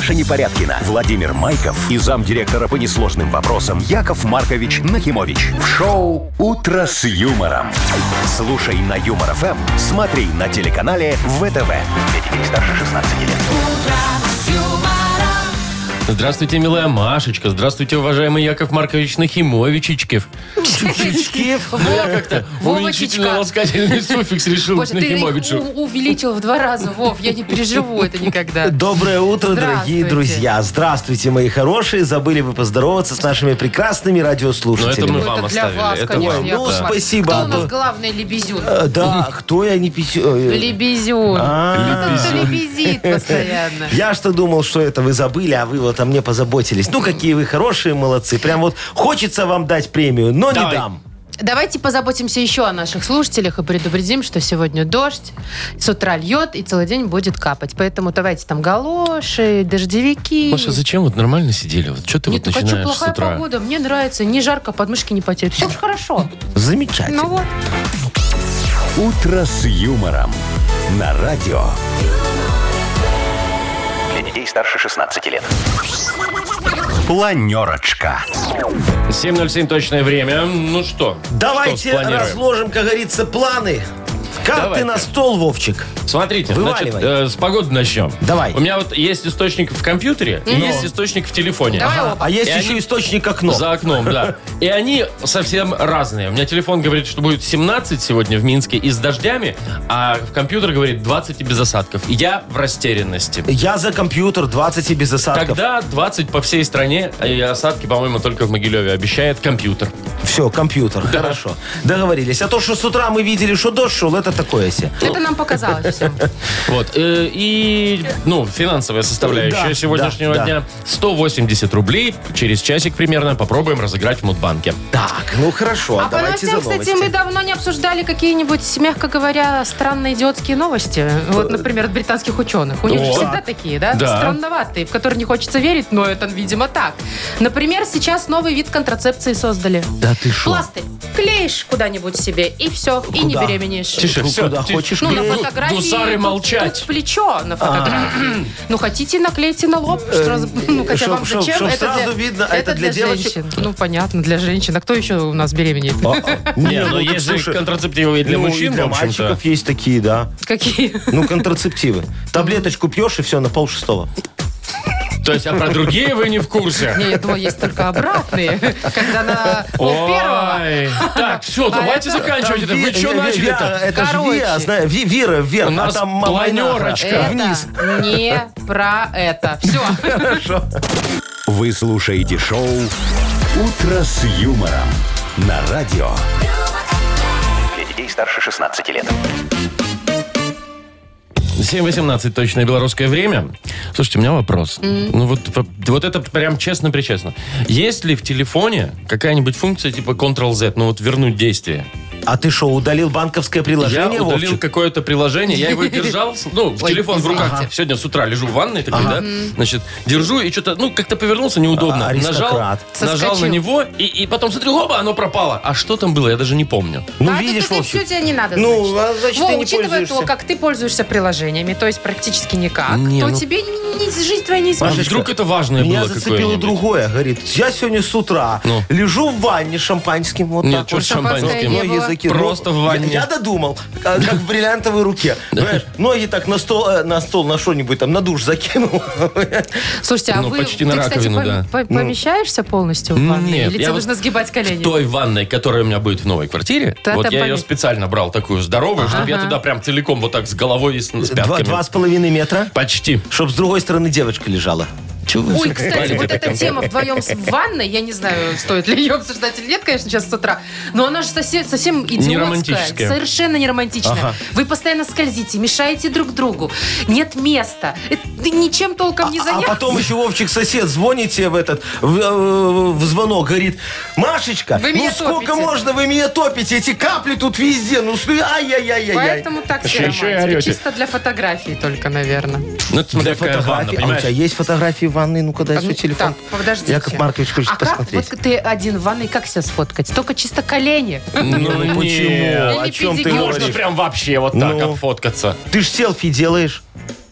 Маша Непорядкина, Владимир Майков и замдиректора по несложным вопросам Яков Маркович Нахимович. В шоу «Утро с юмором». Слушай на Юмор ФМ, смотри на телеканале ВТВ. Для детей старше 16 лет. Здравствуйте, милая Машечка. Здравствуйте, уважаемый Яков Маркович Нахимовичичкев. Ну, я как-то уменьшительно-ласкательный суффикс решил к Нахимовичу. Ты увеличил в 2 раза, Вов. Я не переживу это никогда. Доброе утро, дорогие друзья. Здравствуйте, мои хорошие. Забыли вы поздороваться с нашими прекрасными радиослушателями. Но это мы вам для оставили. вас, Это конечно, вам. Яков Ну, Маркович. спасибо. Кто у нас главный лебезюн? Да, кто я не Лебезюн. Кто лебезит постоянно. Я что думал, что это вы забыли, а вы вот о мне позаботились. Ну, какие вы хорошие, молодцы. Прям вот хочется вам дать премию, но не дам. Давайте позаботимся еще о наших слушателях и предупредим, что сегодня дождь, с утра льет и целый день будет капать. Поэтому давайте там галоши, дождевики. Маша, зачем вот нормально сидели? Вот что ты Нет, вот хочу, начинаешь с плохая утра? погода, мне нравится, не жарко, подмышки не потеют. Все же хорошо. Замечательно. Ну вот. «Утро с юмором» на радио. Для детей старше 16 лет. Планерочка. 7:07 точное время. Ну что? Давайте что спланируем? разложим, как говорится, планы. Карты Давайте. на стол, Вовчик. Смотрите, значит, Вываливай. с погоды начнем. Давай. У меня вот есть источник в компьютере и есть источник в телефоне. Давай оба. А есть И еще они- источник окно. За окном, да. И они совсем разные. У меня телефон говорит, что будет 17 сегодня в Минске и с дождями, а в компьютер говорит 20 и без осадков. И я в растерянности. Я за компьютер, 20 и без осадков. Тогда 20 по всей стране, и осадки, по-моему, только в Могилеве обещает компьютер. Все, компьютер, хорошо. Договорились. А то, что с утра мы видели, что дождь шел, это такое себе. Это нам показалось всем. Вот. И, финансовая составляющая Да, сегодняшнего да, да. дня. 180 рублей. Через часик примерно попробуем разыграть в Мудбанке. Так, ну хорошо, А по давайте новостям, за кстати, новости. мы давно не обсуждали какие-нибудь, мягко говоря, странные идиотские новости. Вот, например, от британских ученых. У них же О. всегда такие, да? Да. Странноватые, в которые не хочется верить, но это, видимо, так. Например, сейчас новый вид контрацепции создали. Да ты шо? Пластырь. Клеишь куда-нибудь себе, и все, и не Куда? беременеешь. Тише, Ну, все. куда хочешь Ну, на клей. фотографии Гусары тут- молчать. Тут плечо на фотографии. Ну, хотите, наклейте на лоб. Хотя чтоб- вам чтоб- зачем? чтоб Это сразу для- видно, это для девочек? женщин. Ну, понятно, для женщин. А кто еще у нас беременеет? Не, ну так есть же слушай, контрацептивы и для ну, мужчин, и для в общем-то. мальчиков есть такие, да. Какие? Ну, контрацептивы. Таблеточку пьешь, и все, на 5:30. То есть, а про другие вы не в курсе? Не, я думала, есть только обратные. Когда на первого. Ой. Так, все, давайте это- заканчивать это. Вы что Вера, начали-то? это же Короче. Вера, знаю, Вера вверх, У нас а там планерочка. Майнахра Это вниз. не про это. Все. Хорошо. Вы слушаете шоу «Утро с юмором» на радио. Для детей старше 16 лет. 7:18 точное белорусское время. Слушайте, у меня вопрос. Ну вот это прям честно-причестно. Есть ли в телефоне какая-нибудь функция типа Ctrl-Z, ну вот вернуть действие? А ты что, удалил банковское приложение, Я удалил Вовчик? какое-то приложение, я его держал, телефон в руках. Сегодня с утра лежу в ванной такой, да, значит, держу и что-то, как-то повернулся неудобно. Аристократ. Нажал на Соскочил. него, и потом смотрю, оба, оно пропало. А что там было, я даже не помню. Ну, А видишь, это, все Вовчик. тебе не надо, Ну, значит. а значит, Во, ты не учитывая пользуешься. то, как ты пользуешься приложениями, то есть практически никак, Не, то ну- тебе жизнь твоя не А изменится. вдруг это важное Меня было зацепило какое-нибудь? другое. Говорит, я сегодня с утра Ну. лежу в ванне шампанским. Вот Нет, так что вот. с шампанским? не было. Ноги закинул. Просто в ванне. Я додумал, как в бриллиантовой руке. Понимаешь, ноги так на стол, на что-нибудь там, на душ закинул. Слушайте, а Ну, вы, почти ты, на кстати, раковину, да. помещаешься полностью в ванной? Нет, Или я тебе вот нужно сгибать колени? В той ванной, которая у меня будет в новой квартире, Да, вот там я ее поме- специально брал такую здоровую, чтобы я туда прям целиком вот так с головой и с пятками. 2,5 метра, Почти. чтоб с другой стороны девочка лежала. Ой, кстати, вот эта тема вдвоем в ванной, я не знаю, стоит ли ее обсуждать или нет, конечно, сейчас с утра, но она же совсем идиотская, романтическая. совершенно не романтичная. Ага. Вы постоянно скользите, мешаете друг другу, нет места, ты ничем толком не А заняться. потом еще, Вовчик, сосед звонит тебе в звонок, говорит, Машечка, Вы меня сколько топите. можно, вы меня топите, эти капли тут везде, ай-яй-яй-яй-яй. Поэтому так все Еще и романтика. орете. Чисто для фотографий только, наверное. Ну, это смотря какая ванна, Фотографии. А у понимаешь? тебя есть фотографии в ванной? Ну-ка, дай свой телефон. Так, подождите. Яков Маркович хочет а как посмотреть. вот ты один в ванной, как себя сфоткать? Только чисто колени. Ну почему? Или О чем ты педикюр. Можно говоришь? прям вообще вот так Ну. обфоткаться. Ты ж селфи делаешь.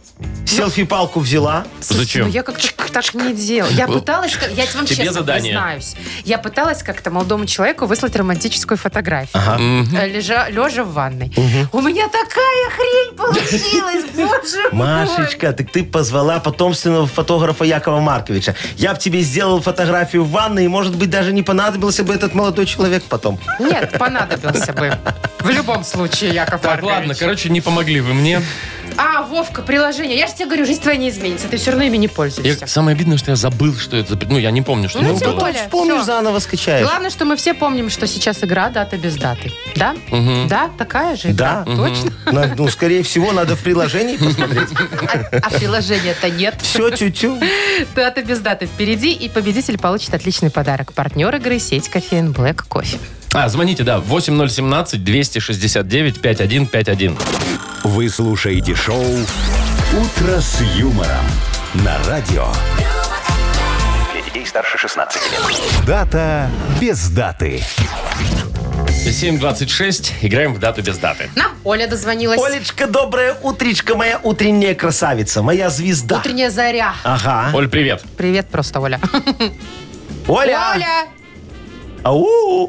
Селфи-палку взяла. Зачем? Ну, я как-то так не делала. Я пыталась, я вам Тебе честно задание. признаюсь, я пыталась как-то молодому человеку выслать романтическую фотографию. Лежа в ванной. У меня такая хрень получилась, боже мой. Машечка, так ты позвала потомственного фотографа Якова Марковича. Я бы тебе сделал фотографию в ванной, и, может быть, даже не понадобился бы этот молодой человек потом. Нет, понадобился бы. В любом случае, Яков Так, Маркович. ладно, короче, не помогли вы мне. Вовка, приложение. Я же тебе говорю, жизнь твоя не изменится. Ты все равно ими не пользуешься. Самое обидное, что я забыл, что это за... Ну, я не помню, что Ну, это тем было. более. Вспомнишь, Всё. заново скачаешь. Главное, что мы все помним, что сейчас игра «Дата без даты». Да? Да? Такая же игра? Да. Точно? Ну, скорее всего, надо в приложении посмотреть. А приложения-то нет. Все, тю-тю. Дата без даты впереди, и победитель получит отличный подарок. Партнер игры — сеть кофеин Black Coffee. Звоните, да, 8017-269-5151. Вы слушаете шоу «Утро с юмором» на радио. Для детей старше 16 лет. Дата без даты. 7:26. Играем в дату без даты. Нам Оля дозвонилась. Олечка, доброе утречко, моя утренняя красавица, моя звезда. Утренняя заря. Ага. Оль, привет. Привет просто, Оля. Оля! Оля! Ау!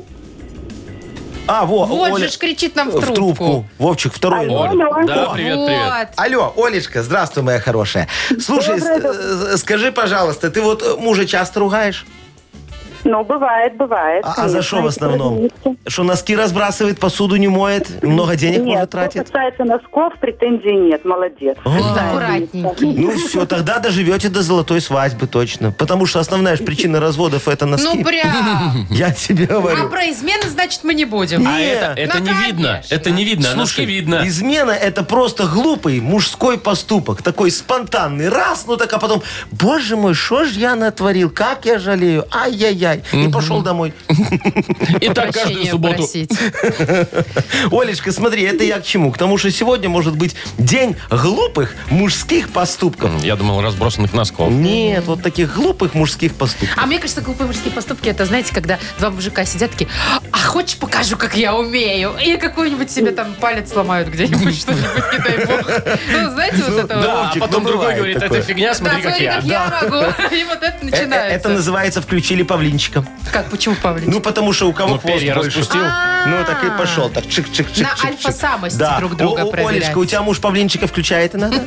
Вот Оля. же ж кричит нам в В трубку. трубку. Вовчик, второй номер. Оль. Да, привет, привет. Вот. Алло, Олечка, здравствуй, моя хорошая. Слушай, скажи, пожалуйста, ты вот мужа часто ругаешь? Ну, бывает. А за что в основном? Что носки разбрасывает, посуду не моет, много денег Нет, может что тратит? касается носков, претензий нет, молодец. Аккуратненький. Ну все, тогда доживете до золотой свадьбы точно. Потому что основная ж причина разводов это носки. Ну, прям. Я тебе А говорю. про измены, значит, мы не будем. А Не. это Ну, не видно. конечно. Это не видно, а носки видно. Измена это просто глупый мужской поступок. Такой спонтанный. Раз, ну так, а потом, боже мой, что ж я натворил? Как я жалею? Ай-яй-яй. И пошел домой. И так каждую Прощения субботу. просить. Олечка, смотри, это я к чему? К тому, что сегодня может быть день глупых мужских поступков. Я думал, разбросанных носков. Нет, вот таких глупых мужских поступков. А мне кажется, глупые мужские поступки, это, знаете, когда два мужика сидят такие, а хочешь покажу, как я умею? И какой-нибудь себе там палец сломают где-нибудь, что-нибудь, не дай бог. Ну, знаете, вот это Да, вот. а Вовчик, потом ну, другой бывает говорит, такое. это фигня, Да, смотри, как смотри, я. как я могу. И вот это начинается. Это называется включили павлинчика. Как, почему Павлик? Ну, потому что у кого Ну, хвост перья больше. распустил. Ну, так и пошел. Так чик-чик-чик. На альфа-самость друг друга проверять. Олечка, у тебя муж павлинчика включает иногда?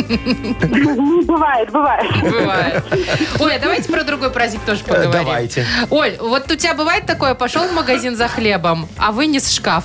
Ну, бывает. Бывает. Ой, а давайте про другой праздник тоже поговорим. Давайте. Оль, вот у тебя бывает такое, пошел в магазин за хлебом, а вынес шкаф.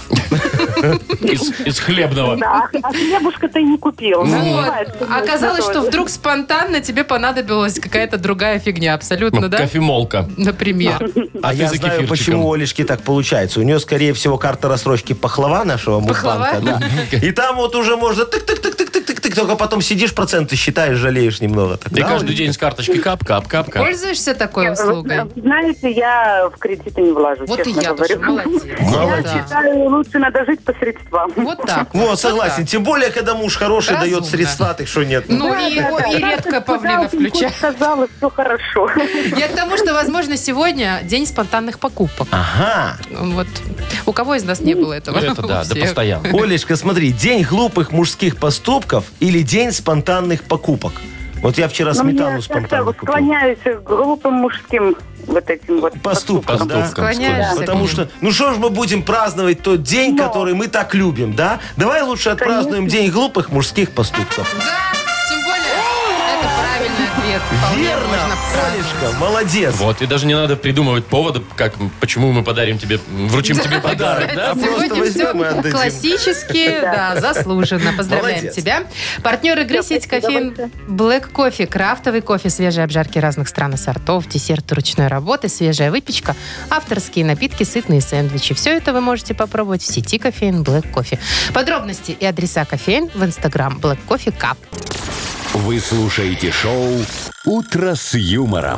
Из хлебного. Да, а хлебушка-то и не купил. Ну, Вот. бывает, конечно, Оказалось, что тоже. вдруг спонтанно тебе понадобилась какая-то другая фигня. Абсолютно, да? Кофемолка. Например. А я за знаю, кефирчиком. почему у Олечки так получается. У нее, скорее всего, карта рассрочки пахлава нашего Пахлава? Мудбанка. Да. И там вот уже можно тык-тык-тык-тык-тык-тык, только потом сидишь, проценты считаешь, жалеешь немного. Так, Ты да, каждый Олечка? день с карточки кап-кап-кап-кап. Пользуешься такой услугой? Вы знаете, я в кредиты не влажу, Вот и честно я тоже. говорю. Молодец. Молодец. Да. Считаю, лучше надо жить по средствам. Вот так. Вот, согласен. Тем более, когда муж хороший Разумно. дает средства, ты что нет? Ну и редко Павлина включает. Сказала, все хорошо. Я к тому, что, возможно, сегодня день спонтанных покупок. Ага. Вот. У кого из нас не было этого? Это да, У да всех. постоянно. Олечка, смотри, день глупых мужских поступков или день спонтанных покупок? Вот я вчера Но сметану мне спонтанно как-то купил. склоняюсь к глупым мужским вот этим вот Поступкам, да? Склоняешься Потому к что, ну что ж мы будем праздновать тот день, Но. который мы так любим, да? Давай лучше отпразднуем день глупых мужских поступков. Да, тем более, это правильный ответ. Вполне Верно, можно праздновать. Олечка, молодец. Вот, и даже не надо придумывать повода, почему мы подарим тебе, вручим тебе подарок, да? Просто Сегодня возьмем и все отдадим. классически, да, заслуженно. Поздравляем Молодец. тебя. Партнер игры сеть кофеин Black Coffee. Крафтовый кофе, свежие обжарки разных стран и сортов, десерты ручной работы, свежая выпечка, авторские напитки, сытные сэндвичи. Все это вы можете попробовать в сети кофеин Black Coffee. Подробности и адреса кофеин в Instagram Black Coffee Cup. Вы слушаете шоу «Утро с юмором»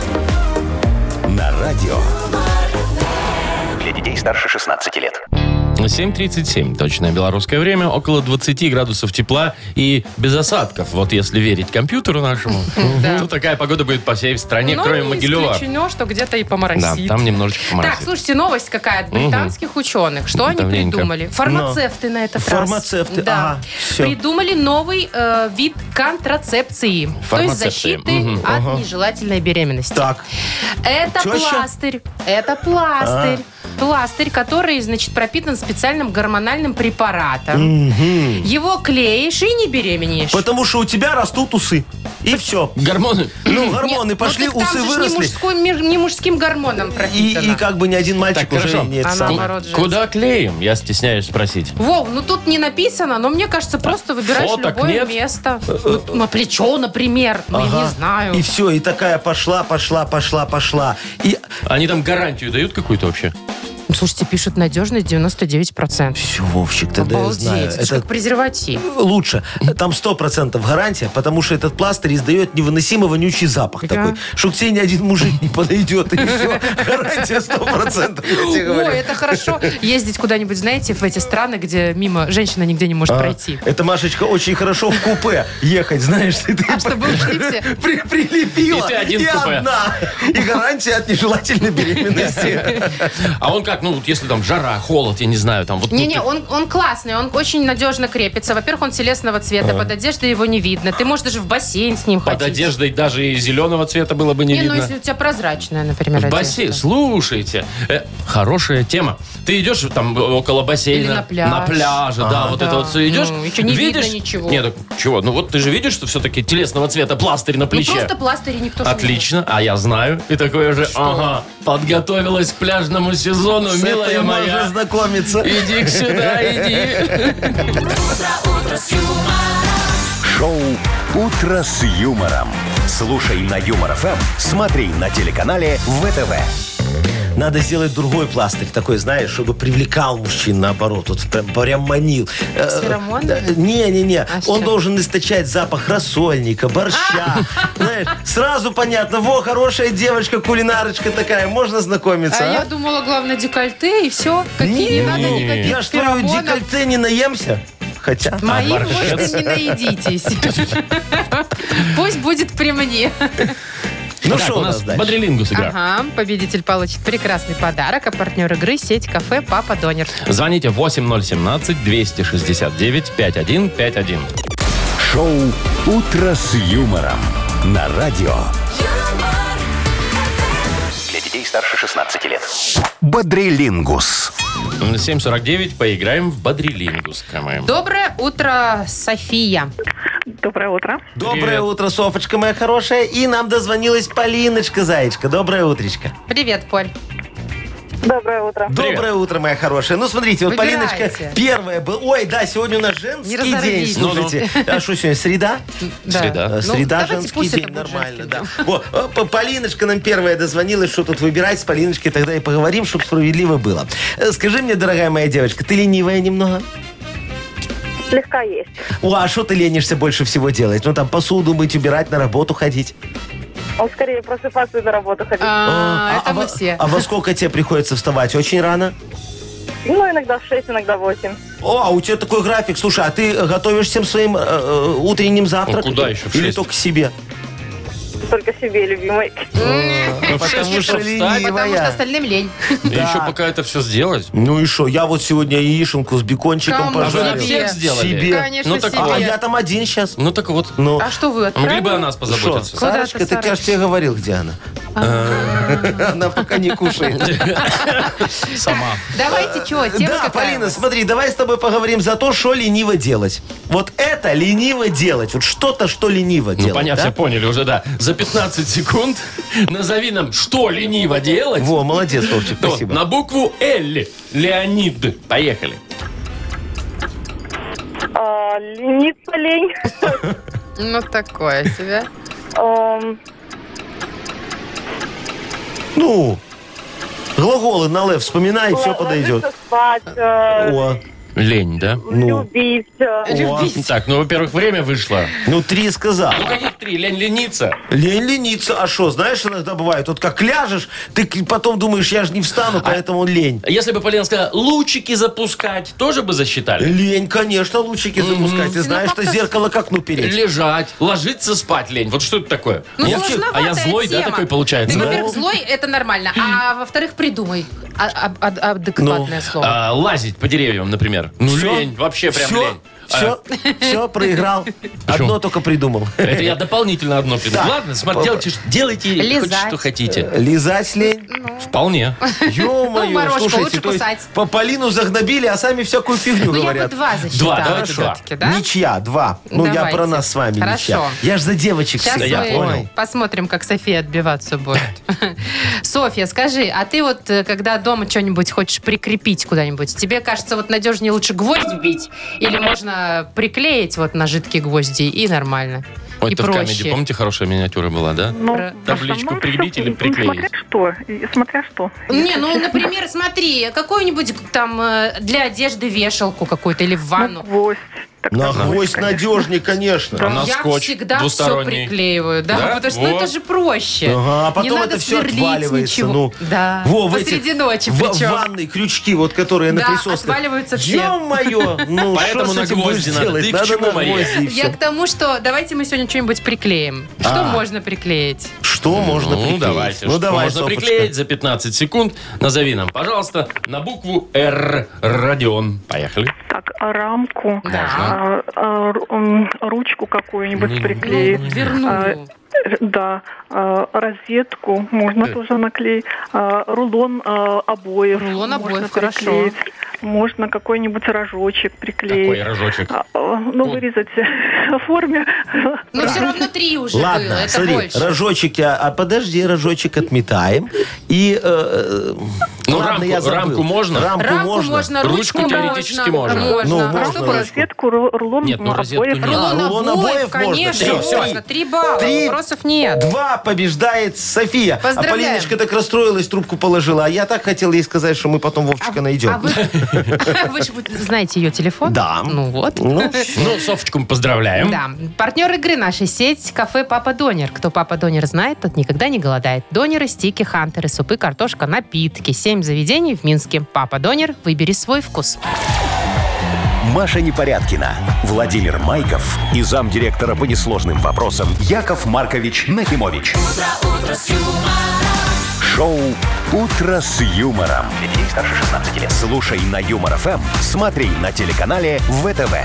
на радио. Для детей старше 16 лет. 7:37, точное белорусское время, около 20 градусов тепла и без осадков. Вот если верить компьютеру нашему, то такая погода будет по всей стране, кроме не Могилева. исключено, что где-то и Да, поморосит. там немножечко Так, поморосит. слушайте, новость какая от британских ученых. Что они Давненько. придумали? Фармацевты на этот раз. Фармацевты, Да. ага, всё. Придумали новый вид контрацепции. То есть Фармацепции. защиты от нежелательной беременности. Так. Это Теща? пластырь. Это пластырь. Пластырь, который, значит, пропитан специальным гормональным препаратом. Его клеишь и не беременеешь. Потому что у тебя растут усы. И все. Гормоны. Ну, гормоны Нет, пошли, ну так усы там же ж выросли. не мужским гормоном пропитано. И как бы ни один мальчик Так, уже хорошо. не это А самое. наоборот же. Куда клеим? Я стесняюсь спросить. Вов, ну тут не написано, но мне кажется, просто выбираешь Фоток любое нет? место. Ну, на плечо, например. Ну, я не знаю. И все, и такая пошла. И Они там гарантию дают какую-то вообще? Слушайте, пишут надежность 99%. все, Вовчик, тогда я знаю. Обалдеть, это же как презерватив. Лучше. Там 100% гарантия, потому что этот пластырь издает невыносимо вонючий запах Да. такой, что к тебе ни один мужик не подойдет. И все. Гарантия 100%, я тебе говорю. Ой, это хорошо ездить куда-нибудь, знаете, в эти страны, где мимо женщина нигде не может пройти. Это, Машечка, очень хорошо в купе ехать, знаешь, ты Чтобы ушли все. прилепила, И ты один в купе. одна. И гарантия от нежелательной беременности. А он как, ну, вот если там жара, холод, я не знаю, там вот... ну, Не-не, ты- он классный, он очень надежно крепится. Во-первых, он телесного цвета, под одеждой его не видно. Ты можешь даже в бассейн с ним Под ходить. одеждой даже и зеленого цвета было бы не Не, ну видно. если у тебя прозрачная, например, В одежда. бассейн. Слушайте, хорошая тема. Ты идешь там около бассейна. Или на пляж. пляже, да, вот да. это вот все идешь. Ну, и чё, не видно ничего. Нет, так чего? Ну вот ты же видишь, что все-таки телесного цвета пластырь на Ну плече. просто пластырь, и никто же не Отлично, а я знаю. И такое же, ага, подготовилась к пляжному сезону, С милая этой можно моя. знакомиться. Иди сюда, иди. Шоу «Утро с юмором». Слушай на Юмор ФМ, смотри на телеканале ВТВ. Надо сделать другой пластырь, такой, знаешь, чтобы привлекал мужчин, наоборот, вот прям манил. С феромонами? Не-не-не, А с он чем? должен источать запах рассольника, борща. Знаешь, сразу понятно, во, хорошая девочка, кулинарочка такая, можно знакомиться, А я а? думала, главное, декольте и все. Какие не надо никаких Я ж твою феромонов. декольте не наемся. Хотя... Моим, борщец? может, и не наедитесь. Пусть будет при мне. Ну Так, что у нас дальше? Бодрилингус игра. Ага, победитель получит прекрасный подарок, а партнер игры — сеть кафе «Папа Донер». Звоните 8017-269-5151. Шоу «Утро с юмором» на радио. Для детей старше 16 лет. Бодрилингус. 7:49, поиграем в Бодрилингус. Доброе утро, София. Доброе утро. Доброе Привет. утро, Софочка моя хорошая. И нам дозвонилась Полиночка, зайчка. Доброе утречко. Привет, Поль. Доброе утро. Привет. Доброе утро, моя хорошая. Ну, смотрите, вот Выбирайте. Полиночка первая была. Ой, да, сегодня у нас женский Не день, разорвись. слушайте. А что сегодня, среда? Да. Среда. Ну, Среда, давайте женский пусть день, это будет нормально, женский да. день. Вот, Полиночка нам первая дозвонилась, что тут выбирать с Полиночкой, тогда и поговорим, чтобы справедливо было. Скажи мне, дорогая моя девочка, ты ленивая немного? Слегка есть. О, а что ты ленишься больше всего делать? Ну, там, посуду мыть, убирать, на работу ходить. Он скорее просыпаться и на работу ходить. Это мы во- все. А во сколько тебе приходится вставать? Очень рано? Ну, иногда в 6, иногда в 8. О, а у тебя такой график. Слушай, а ты готовишь всем своим утренним завтраком? куда еще в Или 6? только себе? Только себе, любимой. Ну, в 6 Потому что часов встать, ленивая. Потому что остальным лень. и еще пока это все сделать. Ну и что? Я вот сегодня яишенку с бекончиком Кому? А вы на пожарил. Себе. всех сделали? Себе. Конечно, Ну так себе. А я там один сейчас. Ну так вот. Ну, А что вы отправили? Могли бы о нас позаботиться. Куда Сарочка, ты, так я же тебе говорил, где она. Она пока не кушает. Сама. Давайте, что, тема Да, какая у Полина, вас? смотри, давай с тобой поговорим за то, что лениво делать. Вот это лениво делать. Вот что-то, что лениво Ну, делать. понятно, да? все поняли уже, да. За 15 секунд назови нам, что лениво делать. Во, молодец, Вовчик, Вот, спасибо. на букву Л. Леонид. Поехали. Лениться лень. Ну, такое себе. Ну, глаголы на «л» вспоминай, и все подойдет. Ложиться спать. О, Лень, да? Любить. Так, ну, во-первых, время вышло. Ну, 3 сказал. Ну, каких 3? Лень лениться. Лень лениться. А что, знаешь, иногда бывает, вот как ляжешь, ты потом думаешь, я же не встану, поэтому лень. Если бы Полина сказала, лучики запускать, тоже бы засчитали? Лень, конечно, лучики запускать. Ты знаешь, что зеркало к окну переть. Лежать, ложиться спать лень. Вот что это такое? Ну, Я- сложноватая А я злой, да, тема. такой получается? Ну, да? во-первых, злой – это нормально. А во-вторых, придумай адекватное слово. Лазить по деревьям, например. Ну, Всё? лень, вообще прям лень. Все, проиграл. Одно только придумал. Это я дополнительно одно придумал. Ладно, делайте хоть Лизать. что хотите. Лизать лень. Вполне. Ё-моё, морожку слушайте, лучше то есть кусать. по Полину загнобили, а сами всякую фигню Ну, я бы говорят. 2 засчитала давайте все-таки, да? Ничья, 2. Ну, я Давайте. про нас с вами Хорошо. ничья. Я ж за девочек Сейчас всегда, я мы понял. посмотрим, как София отбиваться будет. Софья, скажи, а ты вот, когда дома что-нибудь хочешь прикрепить куда-нибудь, тебе кажется, вот надежнее лучше гвоздь вбить? Или можно приклеить вот на жидкие гвозди и нормально? Ой, И это в камеди, проще. помните, хорошая миниатюра была, да? Ну, Про- в Табличку основном прибить всё, или приклеить? Смотря что. Смотря что. Не, ну, например, смотри, какую-нибудь там для одежды вешалку какую-то или в ванну. Гвоздь. Так На точно, гвоздь конечно. надежнее, конечно. А на Я скотч всегда все двусторонний? приклеиваю, да, Да? потому что ну, Вот. это же проще. Ага, а потом Не надо это все сверлить отваливается. ничего. Ну, Да, Во, в посреди эти- ночи в причем. ванной крючки, вот которые на Да, присосках. отваливаются все. Ё-моё, ну Поэтому что с на этим гвозди будешь надо. делать? Ты к Надо чему, на Мария? гвозди и Я всё. к тому, что давайте мы сегодня что-нибудь приклеим. Что можно приклеить? Что можно Ну, приклеить? давайте. Ну, Что давай, можно Софочка. приклеить за 15 секунд? Назови нам, пожалуйста, на букву Р. Родион. Поехали. Так, рамку. Да. Ручку какую-нибудь Ну, приклеить. Дверную. Да, розетку можно тоже наклеить. Рулон обоев. Рулон можно обоев, хорошо. приклеить. Можно какой-нибудь рожочек приклеить. Какой рожочек? Ну, вырезать в форме. Но все равно 3 уже было, Ладно, это смотри, больше. рожочек подожди, рожочек отметаем. И, Ну, ладно, я забыл. рамку можно? Рамку можно. Ручку ручку теоретически можно. Ну, можно. Чтобы розетку, рулон Нет, ну, розетку обоев. нет. Рулон обоев можно. конечно, Всё, можно. 3 балла, 3. вопросов нет. 2 побеждает София. Поздравляем. А Полиночка так расстроилась, трубку положила. А я так хотел ей сказать, что мы потом Вовчика найдем. А вы же знаете ее телефон? Да. Ну вот. Ну, Ну, Софочку мы поздравляем. Да. Партнер игры нашей сеть кафе «Папа Донер». Кто «Папа Донер» знает, тот никогда не голодает. Донеры, стики, хантеры, супы, картошка, напитки. 7 заведений в Минске. «Папа Донер», выбери свой вкус. Маша Непорядкина, Владимир Майков и замдиректора по несложным вопросам Яков Маркович Нахимович. Шоу «Утро с юмором». Для детей старше 16 лет. Слушай на Юмор ФМ, смотри на телеканале ВТВ.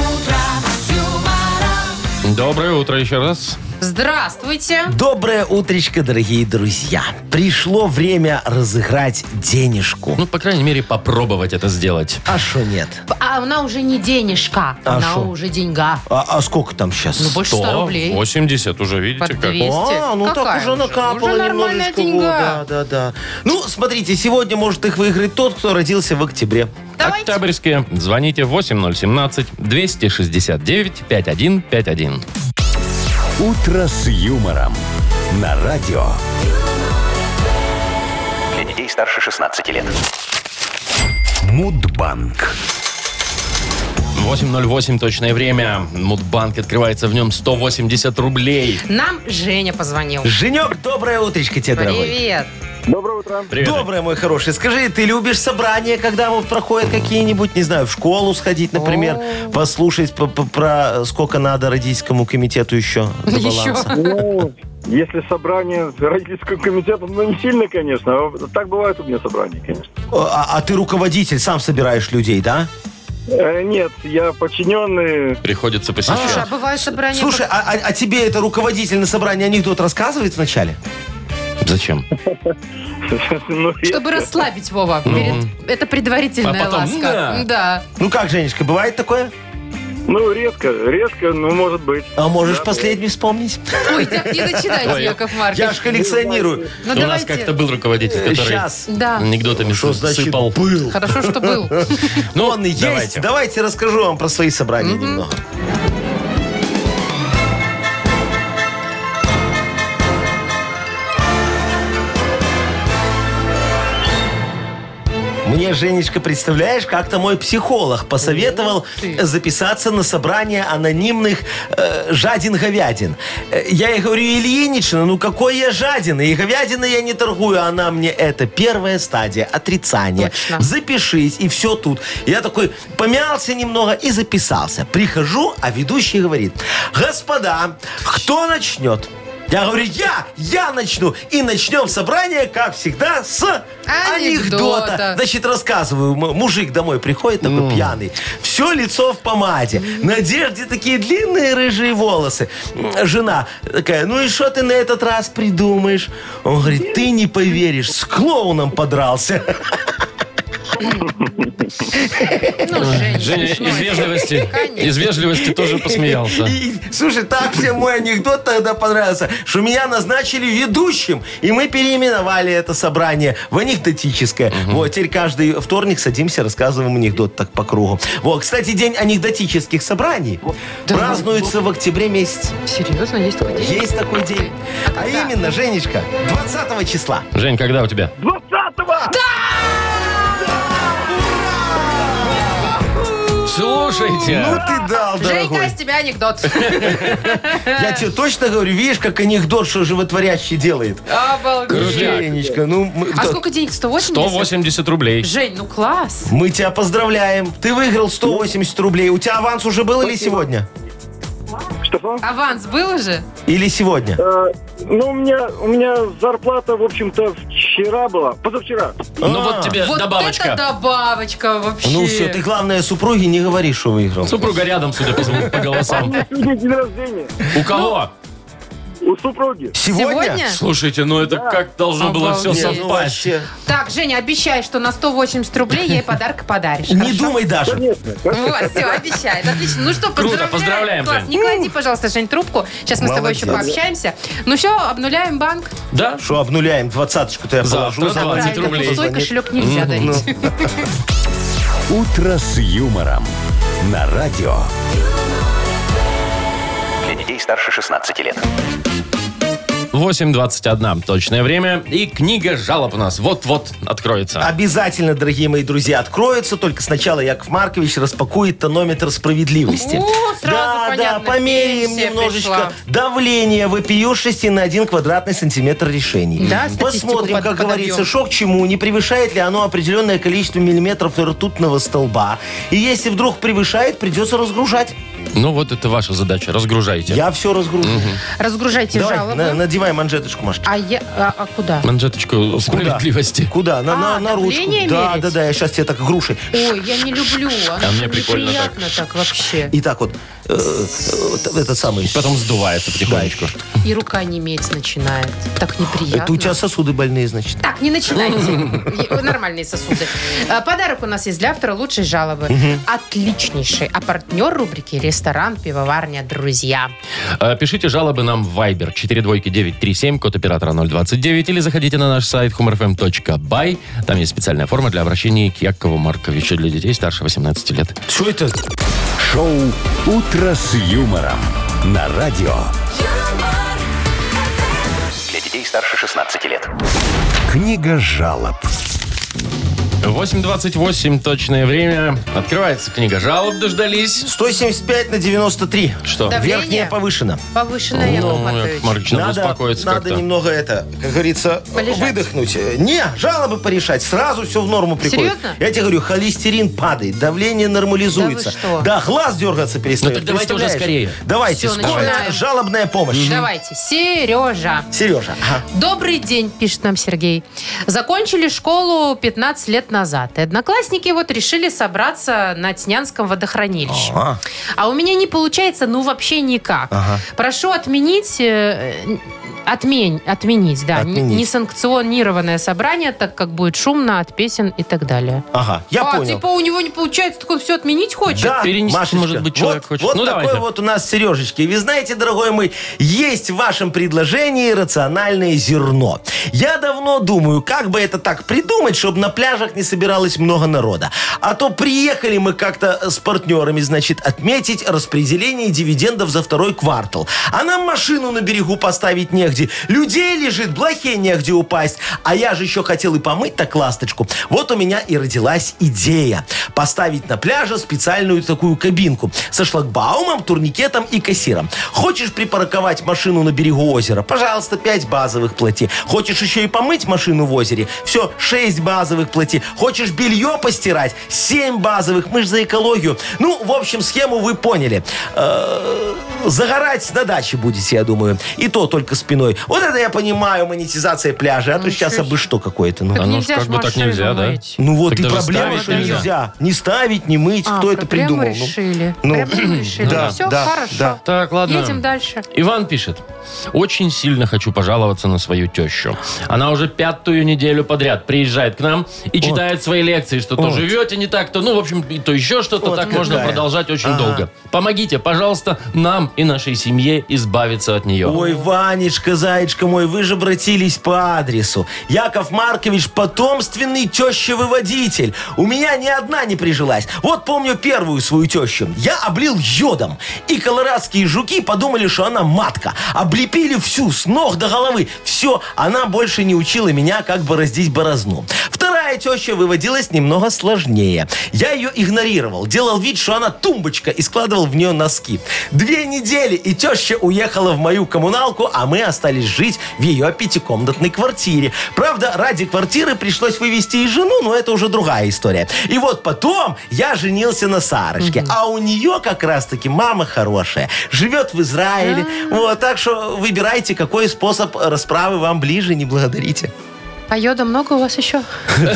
Доброе утро еще раз. Здравствуйте. доброе утречко, дорогие друзья. Пришло время разыграть денежку. Ну, по крайней мере, попробовать это сделать. А что нет? А она уже не денежка, А она шо? уже деньга. А сколько там сейчас? Ну, больше 100 рублей. 80 уже, видите, Под как? 200. Ну Какая так уже накапало Уже нормальная немножечко. деньга. Вот, да. Ну, смотрите, сегодня может их выиграть тот, кто родился в октябре. Давайте. Октябрьские. Звоните 8017-269-5151. «Утро с юмором» на радио. Для детей старше 16 лет. Мудбанк. 8:08 точное время. Мудбанк открывается, в нем 180 рублей. Нам Женя позвонил. Женек, доброе утречко тебе, дорогой. Привет. Привет. Доброе, мой хороший. Скажи, ты любишь собрания, когда вот проходят какие-нибудь, не знаю, в школу сходить, например, послушать про сколько надо родительскому комитету еще до Еще. баланса? Ну, если собрание с родительским комитетом, ну, не сильно, конечно. А так бывает у меня собрание, конечно. А ты руководитель, сам собираешь людей, да? Нет, я подчиненный. Приходится Слушай, а посещать. бывают собрания... Слушай, а тебе это руководитель на собрании анекдот рассказывает вначале? Зачем? Ну, Чтобы расслабить Вова. Это предварительная А потом, ласка. да. Да. Ну как, Женечка, бывает такое? Ну, редко, ну, может быть. А можешь Да, последний вспомнить? Ой, так не начинайте, Ой. Яков Маркович. Я ж коллекционирую. Ну, У нас давайте. как-то был руководитель, который Сейчас. Да. анекдотами Что значит сыпал. был? Хорошо, что был. Ну, Он есть. давайте. Давайте расскажу вам про свои собрания немного. Мне мне, Женечка, представляешь, как-то мой психолог посоветовал записаться на собрание анонимных жадин-говядин. Я ей говорю: Ильинична, ну какой я жадин? И говядины я не торгую. Она мне: это первая стадия отрицания. Точно. Запишись, и все тут. Я такой помялся немного и записался. Прихожу, а ведущий говорит: господа, кто начнет? Я говорю: я начну. И начнем собрание, как всегда, с анекдота. Значит, рассказываю. Мужик домой приходит, такой пьяный. Все лицо в помаде. На одежде такие длинные рыжие волосы. Жена такая: ну и что ты на этот раз придумаешь? Он говорит: ты не поверишь, с клоуном подрался. Ну, Женя смешной. из вежливости тоже посмеялся. И, слушай, так всем мой анекдот тогда понравился, что меня назначили ведущим, и мы переименовали это собрание в анекдотическое. Вот, теперь каждый вторник садимся, рассказываем анекдот так по кругу. Вот, кстати, день анекдотических собраний празднуется в октябре месяце. Серьезно, есть такой день? Есть такой день. А именно, Женечка, 20 числа. Жень, когда у тебя? 20-го! Слушайте. Ну ты дал, Женька, дорогой. с тебя анекдот. Я тебе точно говорю, видишь, как анекдот, что животворящий делает. Обалдеть. Женечка, ну... А сколько денег? 180? 180 рублей. Жень, ну класс. Мы тебя поздравляем. Ты выиграл 180 рублей. У тебя аванс уже был или сегодня? Что? Аванс был уже? Или сегодня? Ну, у меня зарплата, в общем-то, вчера была. Позавчера. Ну вот тебе Вот добавочка. это добавочка вообще. Ну все, ты, главное, супруге не говори, что выиграл. Супруга рядом, судя по звуку, по голосам. Сегодня день рождения. У кого? У супруги. Сегодня? Слушайте, ну это как должно было все Обалдеть. Ну, совпасть. вообще. Так, Женя, обещай, что на 180 рублей ей подарок подаришь. Не хорошо? думай даже. Конечно. Вот, все, обещает. Отлично. Ну что, Круто, поздравляем, Класс. Жень. Не клади, пожалуйста, Жень, трубку. Сейчас мы с тобой еще Молодец. пообщаемся. Ну все, обнуляем банк. Да? Что, обнуляем 20-ку-то я Завтра положу. 20 Правильно, рублей. пустой кошелек нельзя дарить. «Утро с юмором» на радио. Для детей старше 16 лет. 8:21 точное время. И книга жалоб у нас вот-вот откроется. Обязательно, дорогие мои друзья, откроется. Только сначала Яков Маркович распакует тонометр справедливости. О, сразу да, понятно, померяем пенсия немножечко пришла. давление вопиюшести на 1 квадратный сантиметр решений. Да, статистику Посмотрим, как подобьем. говорится, что к чему, не превышает ли оно определенное количество миллиметров ртутного столба. И если вдруг превышает, придется разгружать. Ну вот это ваша задача. Разгружайте. Я все разгружу. Разгружайте Давай, жалобы. надевай манжеточку, Машечка. А куда? Манжеточку справедливости. Куда? На ручку. давление Да, мерить? я сейчас тебе так грушей. Ой, я не люблю. Оно мне прикольно неприятно так вообще. И так вот, этот самый... Потом сдувается потихонечку. И рука неметь начинает. Так неприятно. Это у тебя сосуды больные, значит. Так, не начинайте. Нормальные сосуды. Подарок у нас есть для автора лучшей жалобы. Отличнейший. А партнер рубрики «Ресторан, пивоварня, друзья». Пишите жалобы нам в Viber 42937, код оператора 029, или заходите на наш сайт humorfm.by. Там есть специальная форма для обращения к Якову Марковичу для детей старше 18 лет. Что это? Шоу «Утро с юмором» на радио. Для детей старше 16 лет. Книга жалоб. 8:28 точное время. Открывается книга жалоб, дождались. 175 на 93. Что? Давление? Верхняя повышена. Повышенная, Яков Ну, Маркович. Яков Маркович, надо успокоиться надо как-то. немного как говорится, Полежать. выдохнуть. Не, жалобы порешать. Сразу все в норму приходит. Серьезно? Я тебе говорю, холестерин падает, давление нормализуется. Да вы что? Да, глаз дергаться перестает. Ну так давайте уже Представляешь? скорее. Давайте, Всё, скорая начинаем. жалобная помощь. Давайте. Сережа. Сережа. Ага. Добрый день, пишет нам Сергей. Закончили школу 15 лет назад. И одноклассники вот решили собраться на Тьнянском водохранилище. Ага. А у меня не получается, ну, вообще никак. Ага. Прошу отменить... Отменить, да. Отменить. Несанкционированное собрание, так как будет шумно от песен и так далее. Ага, я понял. Типа у него не получается, так он все отменить хочет? Да, Перенести, Машечка, может быть, человек хочет. Вот Ну, такой давайте. вот у нас Сережечки. И вы знаете, дорогой мой, есть в вашем предложении рациональное зерно. Я давно думаю, как бы это так придумать, чтобы на пляжах не собиралось много народа. А то приехали мы как-то с партнерами, значит, отметить распределение дивидендов за 2 квартал. А нам машину на берегу поставить негде. негде. Людей лежит, блохе негде упасть. А я же еще хотел и помыть так ласточку. Вот у меня и родилась идея. Поставить на пляже специальную такую кабинку со шлагбаумом, турникетом и кассиром. Хочешь припарковать машину на берегу озера? Пожалуйста, 5 базовых плати. Хочешь еще и помыть машину в озере? Все, 6 базовых плати. Хочешь белье постирать? 7 базовых. Мы же за экологию. Ну, в общем, схему вы поняли. Загорать на даче будете, я думаю. И то только спиной. Вот это я понимаю, монетизация пляжа. А то сейчас абы что какое-то. Ну. Так А ну, нельзя как ж бы так машину нельзя, да? мыть. Ну вот Так и даже проблема, ставить что нельзя. нельзя. Не ставить, не мыть. Кто это проблему придумал? Ну, решили. ну, Проблему решили. да, Все, да, хорошо. да. Так, ладно. Едем дальше. Иван пишет. Очень сильно хочу пожаловаться на свою тещу. Она уже 5-ю неделю подряд приезжает к нам и читает свои лекции, что то Вот. живете не так, то, ну, в общем, и то еще что-то. Вот Так можно какая. продолжать очень Ага. долго. Помогите, пожалуйста, нам и нашей семье избавиться от нее. Ой, Ванечка, зайчка мой, вы же обратились по адресу. Яков Маркович потомственный теща-выводитель. У меня ни одна не прижилась. Вот помню первую свою тещу. Я облил йодом. И колорадские жуки подумали, что она матка. Облепили всю, с ног до головы. Все, она больше не учила меня, как бороздить борозну. Вторая теща выводилась немного сложнее. Я ее игнорировал. Делал вид, что она тумбочка, и складывал в нее носки. 2 недели, и теща уехала в мою коммуналку, а мы остались жить в ее 5-комнатной квартире. Правда, ради квартиры пришлось вывести и жену, но это уже другая история. И вот потом я женился на Сарочке, а у нее как раз-таки мама хорошая, живет в Израиле. Вот, так что выбирайте, какой способ расправы вам ближе, не благодарите. А йода много у вас еще?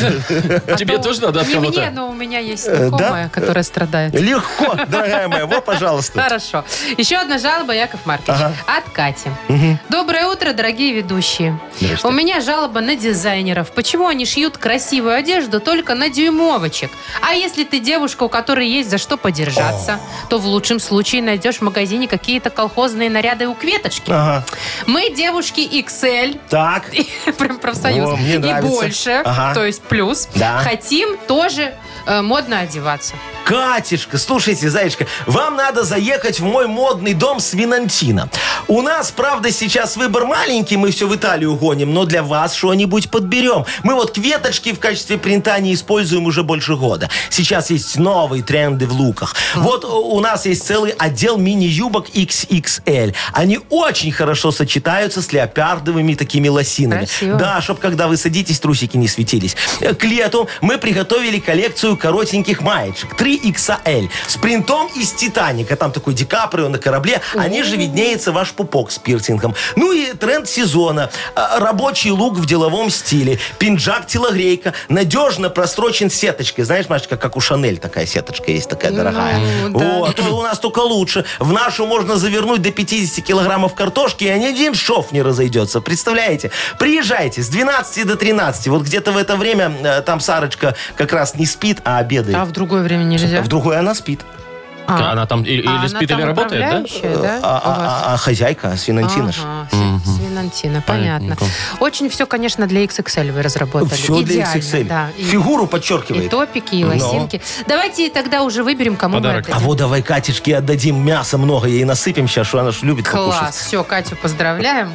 Тебе тоже надо от Не кого-то? мне, но у меня есть знакомая, которая страдает. Легко, дорогая моя, вот, пожалуйста. Хорошо. Еще одна жалоба, Яков Маркович. Ага. От Кати. Доброе утро, дорогие ведущие. У меня жалоба на дизайнеров. Почему они шьют красивую одежду только на дюймовочек? А если ты девушка, у которой есть за что подержаться, то в лучшем случае найдешь в магазине какие-то колхозные наряды у Кветочки. Ага. Мы девушки XL, Так. прям профсоюз, О, мне и нравится. больше, Ага. то есть плюс, Да. хотим тоже модно одеваться. Катюшка, слушайте, зайчка, вам надо заехать в мой модный дом с Винантина. У нас, правда, сейчас выбор маленький, мы все в Италию гоним, но для вас что-нибудь подберем. Мы вот Кветочки в качестве принта не используем уже больше года. Сейчас есть новые тренды в луках. Вот у нас есть целый отдел мини-юбок XXL. Они очень хорошо сочетаются с леопардовыми такими лосинами. Красиво. Да, чтобы когда вы садитесь, трусики не светились. К лету мы приготовили коллекцию коротеньких маечек 3XL с принтом из Титаника. Там такой Ди Каприо на корабле. Они же виднеется ваш пупок с пирсингом. Ну и тренд сезона. Рабочий лук в деловом стиле. Пинджак-телогрейка. Надежно прострочен сеточкой. Знаешь, Машечка, как у Шанель такая сеточка есть, такая дорогая. Ну, да. Вот. У нас только лучше. В нашу можно завернуть до 50 килограммов картошки, и ни один шов не разойдется. Представляете? Приезжайте с 12 до 13. Вот где-то в это время там Сарочка как раз не спит, а обедает. А в другое время нельзя? В другое она спит. Она там или она спит, там или работает, да? управляющая, да? у вас? А хозяйка с Винантина ж. Ага, с Винантина, понятно. Понятненько. Очень все, конечно, для XXL вы разработали. Все для Идеально, XXL. да. И, Фигуру и подчеркивает. топики, и лосинки. Давайте тогда уже выберем, кому Подарок. мы А отдадим. вот давай Катюшке отдадим мясо много, ей насыпем сейчас, что она ж любит Класс. покушать. Все, Катю поздравляем.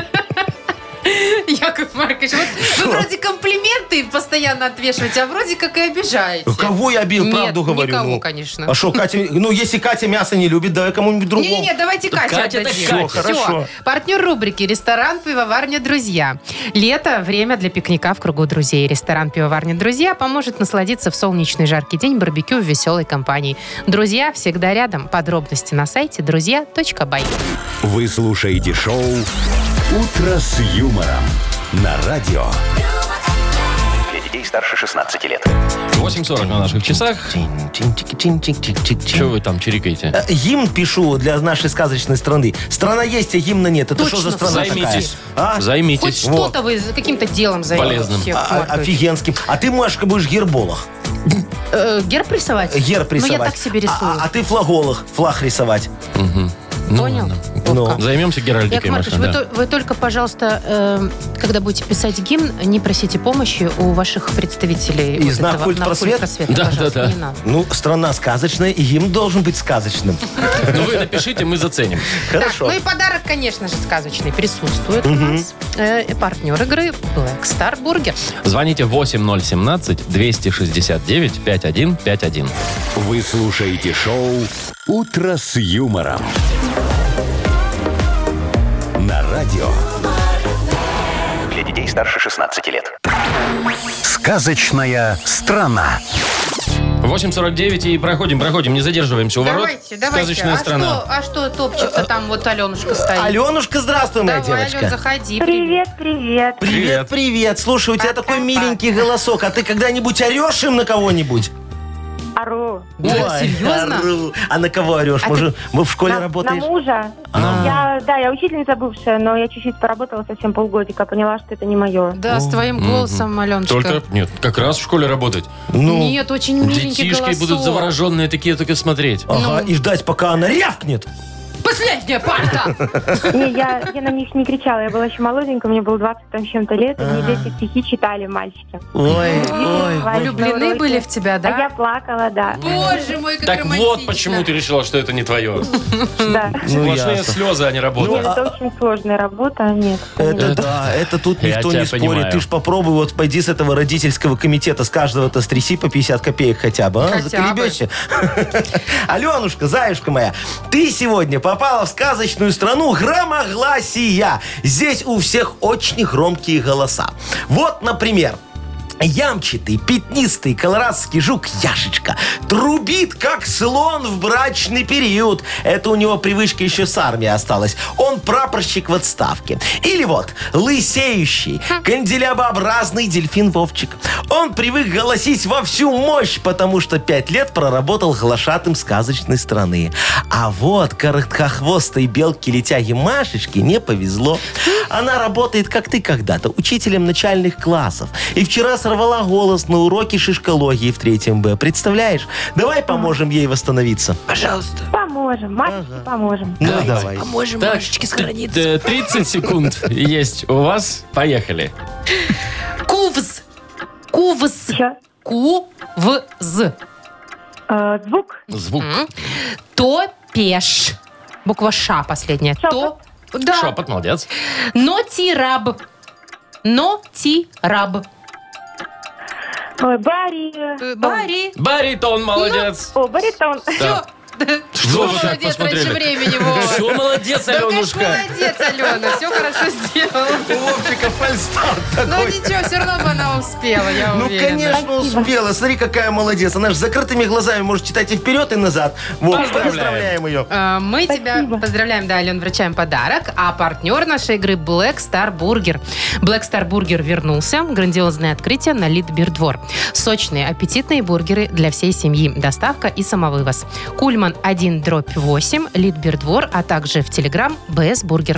Яков Маркович, вот вы вроде комплименты постоянно отвешиваете, а вроде как и обижаете. Кого я бил, Нет, правду говорю. никого, ну. конечно. А что, Катя, ну если Катя мясо не любит, давай кому-нибудь другому. Не-не-не, давайте Кате Катя, так отдадим. Катя. Всё, хорошо. Партнер рубрики «Ресторан, пивоварня, друзья». Лето – время для пикника в кругу друзей. Ресторан, пивоварня, друзья поможет насладиться в солнечный жаркий день барбекю в веселой компании. Друзья всегда рядом. Подробности на сайте друзья.бай. Вы слушаете шоу «Утро с юмором» на радио. Для детей старше 16 лет. 8:40 на наших часах. Что вы там чирикаете? Гимн пишу для нашей сказочной страны. Страна есть, а гимна нет. Это что Точно, за страна такая? Займитесь. А? Хоть Займитесь. что-то вы за каким-то делом займетесь. Полезным. Яков Маркович. Офигенским. А ты, Машка, будешь герболог. Герб рисовать? Герб рисовать. Ну, я так себе рисую. А ты флаголог. Флаг рисовать. Понял? ладно. Вовка? Займемся геральдикой, Яков Маркович, Маша. вы только, пожалуйста, когда будете писать гимн, не просите помощи у ваших представителей. Из вот «На этого культ «На просвет»? просвета, Да, пожалуйста, да, да. не надо. Ну, страна сказочная, и гимн должен быть сказочным. Ну, вы напишите, мы заценим. Хорошо. Так, ну и подарок, конечно же, сказочный присутствует у нас. Партнер игры Black Star Burger. Звоните 8017-269-5151. Вы слушаете шоу «Утро с юмором». На радио Для детей старше 16 лет. «Сказочная страна». 8:49 и проходим, не задерживаемся у ворот. Давайте. Сказочная страна. А что топчется там? Вот Аленушка стоит. Аленушка, здравствуй, моя Давай, девочка. Ален, заходи. Привет. Привет. Привет. Слушай, у тебя такой миленький голосок. А ты когда-нибудь орешь им на кого-нибудь? Ору. Да, серьезно? ору. А на кого орешь? А Может, в школе На работаешь? мужа. Я учительница бывшая, но я чуть-чуть поработала совсем полгодика, поняла, что это не мое. Да, с твоим голосом, Аленочка. Только, нет, как раз в школе работать. Нет, очень миленький Детишки голосок. будут завороженные такие только смотреть. Ага, и ждать, пока она рявкнет. Последняя парта! Не, я на них не кричала, я была еще молоденькая, мне было 20 там с чем-то лет, и мне дети стихи читали, мальчики. Ой. Влюблены были в тебя, А я да? плакала, да. Боже мой, как Так романтично. вот почему ты решила, что это не твое. Да. Сплошные ясно. слезы, а не Нет, работа. это очень сложная работа, нет. Это да, это тут Я никто тебя не спорит. понимаю. Ты ж попробуй, вот пойди с этого родительского комитета, с каждого-то стряси по 50 копеек хотя бы. Хотя бы. Заколебешься. Аленушка, заюшка моя, ты сегодня попала в сказочную страну громогласия. Здесь у всех очень громкие голоса. Вот, например, ямчатый, пятнистый колорадский жук Яшечка трубит, как слон в брачный период. Это у него привычка еще с армии осталась. Он прапорщик в отставке. Или вот, лысеющий, канделябообразный дельфин Вовчик. Он привык голосить во всю мощь, потому что 5 лет проработал глашатым сказочной страны. А вот короткохвостой белке-летяге Машечке не повезло. Она работает, как ты когда-то, учителем начальных классов. И вчера сорвала голос на уроке шишкологии в 3 Б. Представляешь? Давай поможем ей восстановиться. Пожалуйста. Поможем, Машечке поможем. Ну, давай. Поможем Так, Машечке сохраниться. 30 секунд есть у вас. Поехали. Кувз. Кувз. Еще. Кувз. Звук. Звук. Топеш. Буква Ш последняя. Шепот. Да. Шепот, молодец. Нотираб. Нотираб. Ой, Барри. Бари. Баритон, молодец. О, баритон. Да. Что вы так Молодец, раньше посмотрели? времени, Вова. Все, молодец, Да, конечно, Аленушка. молодец, Алена, все хорошо сделала. Вовчика фальстарт Ну такой. ничего, все равно бы она успела, я Ну, уверена. конечно, успела. Смотри, какая молодец. Она же с закрытыми глазами может читать и вперед, и назад. Вот, поздравляем ее. Мы тебя поздравляем, да, Ален, вручаем подарок. А партнер нашей игры Black Star Burger. Black Star Burger вернулся. Грандиозное открытие на Литбердвор. Сочные, аппетитные бургеры для всей семьи. Доставка и самовывоз. Кульман 1/8, Литбердвор, а также в Телеграм БС Бургер.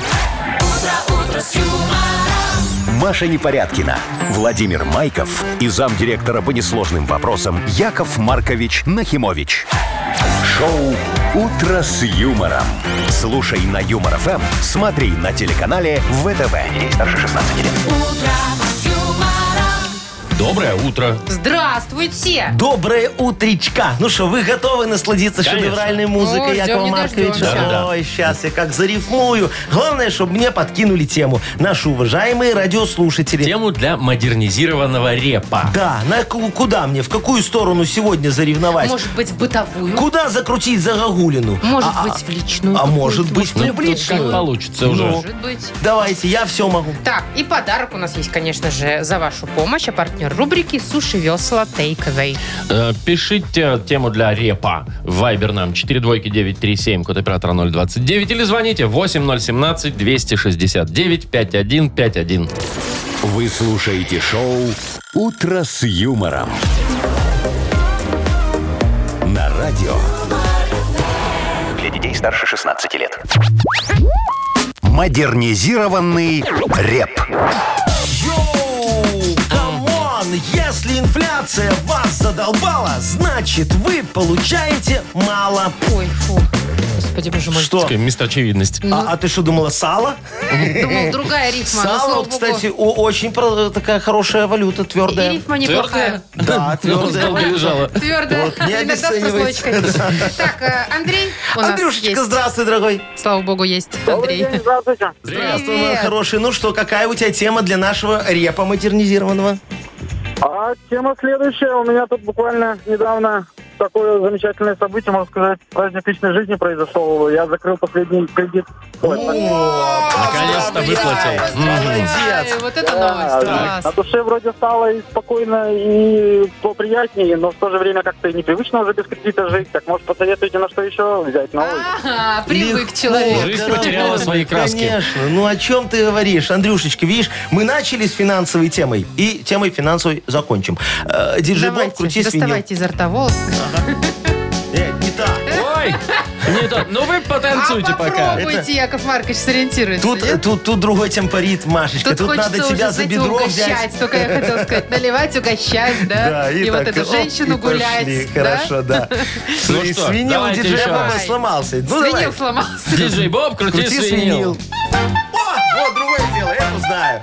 Маша Непорядкина, Владимир Майков и замдиректора по несложным вопросам Яков Маркович Нахимович. Шоу «Утро с юмором». Слушай на Юмор ФМ, смотри на телеканале ВТВ. Ей старше 16 лет. Доброе утро. Здравствуйте! Доброе утречка. Ну что, вы готовы насладиться Конечно. шедевральной музыкой Ой, ждем, Якова не Марковича? дождемся. Да-да-да. Ой, сейчас я как зарифмую. Главное, чтобы мне подкинули тему. Наши уважаемые радиослушатели. Тему для модернизированного репа. Да, куда мне, в какую сторону сегодня заревновать? Может быть, в бытовую? Куда закрутить загогулину? Может быть, в личную? А может какую-то? быть, в Ну, публичную? как получится уже. Может быть. Давайте, я все могу. Так, и подарок у нас есть, конечно же, за вашу помощь. А партнер рубрики «Суши весла Take Away». Пишите тему для репа. В Viber нам 42937, код оператора 029. Или звоните 8017-269-5151. Вы слушаете шоу «Утро с юмором». На радио Для детей старше 16 лет. «Модернизированный реп». Йоу, камон, если инфляция вас задолбала, значит, вы получаете мало. Ой, фу. Господи, боже мой. Что? Такая мистер очевидность. А ты что, думала, сало? Думал, другая рифма. но, Сало, слава вот, богу. кстати, очень такая хорошая валюта, И твердая. рифма неплохая. Да, твердая. Долго лежала. Твердая, Вот, не иногда с обесценивайте. прослойкой. Так, Андрей у нас Андрюшечка, есть. здравствуй, дорогой. Слава богу, есть Добрый Андрей. день, здравствуйте. Здравствуй, мой Привет. хороший. Ну что, какая у тебя тема для нашего репа модернизированного? А тема следующая. У меня тут буквально недавно такое замечательное событие, можно сказать, праздник личной жизни произошел. Я закрыл последний кредит. Наконец-то выплатил. Молодец. Ай, вот это новость. На Класс. душе вроде стало и спокойно, и поприятнее, но в то же время как-то и непривычно уже без кредита жить. Так, может, посоветуете, на что еще взять новый? Ага, привык Легко, человек. Жизнь дорогой. потеряла свои краски. Конечно. Ну о чем ты говоришь, Андрюшечка? Видишь, мы начали с финансовой темой и темой финансовой закончим. Диджей Боб, Давайте, крути свинил. доставайте изо рта волосы. Не так. Ой, не то. Ну вы потанцуйте А пока. попробуйте, Яков Маркович, сориентируется. нет? Тут другой темперит, Машечка. Тут Тут надо хочется тебя уже, за знаете, бедро угощать. взять. Только я хотела сказать, наливать, угощать, да? Да, И вот так, эту оп, женщину и пошли. гулять. да? Хорошо, да. Ну И что, свинил у давайте диджея еще Боба раз. сломался. Ну давай. Свинил сломался. Диджей Боб, крути Крути свинил. свинил. О, вот другое дело, это знаю.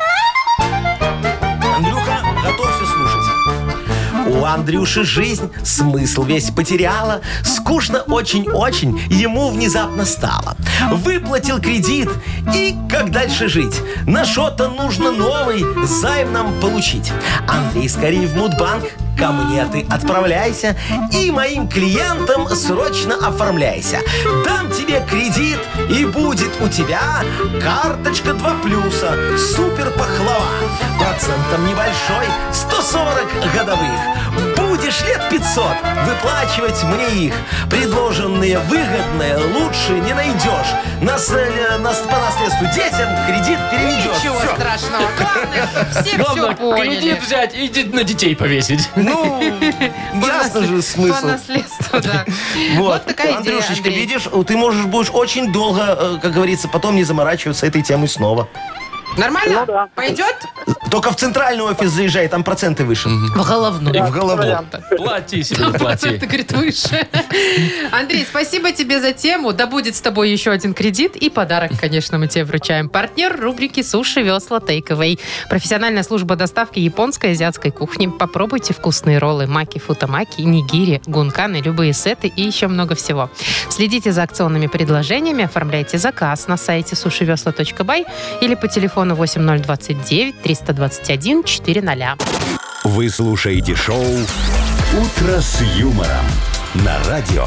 Андрюха, готовься слушать. У Андрюши жизнь смысл весь потеряла. Скучно очень-очень ему внезапно стало. Выплатил кредит, и как дальше жить? На что-то нужно новый займ нам получить. Андрей, скорее в Мудбанк ко мне ты отправляйся и моим клиентам срочно оформляйся. Дам тебе кредит, и будет у тебя карточка 2 плюса, супер пахлава. Процентом небольшой, 140 годовых. Будешь лет 500 выплачивать мне их. Предложенные выгодные лучше не найдешь. По наследству детям кредит переведешь. Ничего Всё. страшного. Главное, чтобы все Главное, все поняли. кредит взять и на детей повесить. Ну, ясно же По смысл. наследству, да. Вот, Вот такая идея, Андрюшечка, Андрей. видишь, ты будешь очень долго, как говорится, потом не заморачиваться этой темой снова. Нормально? Ну да. Пойдет? Только в центральный офис заезжай, там проценты выше. В головную. И в голову. вариант. Плати себе, плати. Проценты, говорит, выше. Андрей, спасибо тебе за тему. Да будет с тобой еще один кредит и подарок, конечно, мы тебе вручаем. Партнер рубрики «Суши Весла Тейк-Эвэй». Профессиональная служба доставки японской и азиатской кухни. Попробуйте вкусные роллы, маки, футамаки, нигири, гунканы, любые сеты и еще много всего. Следите за акционными предложениями, оформляйте заказ на сайте сушивесла.бай или по телефону 8029 321 400. Вы слушаете шоу «Утро с юмором» на радио.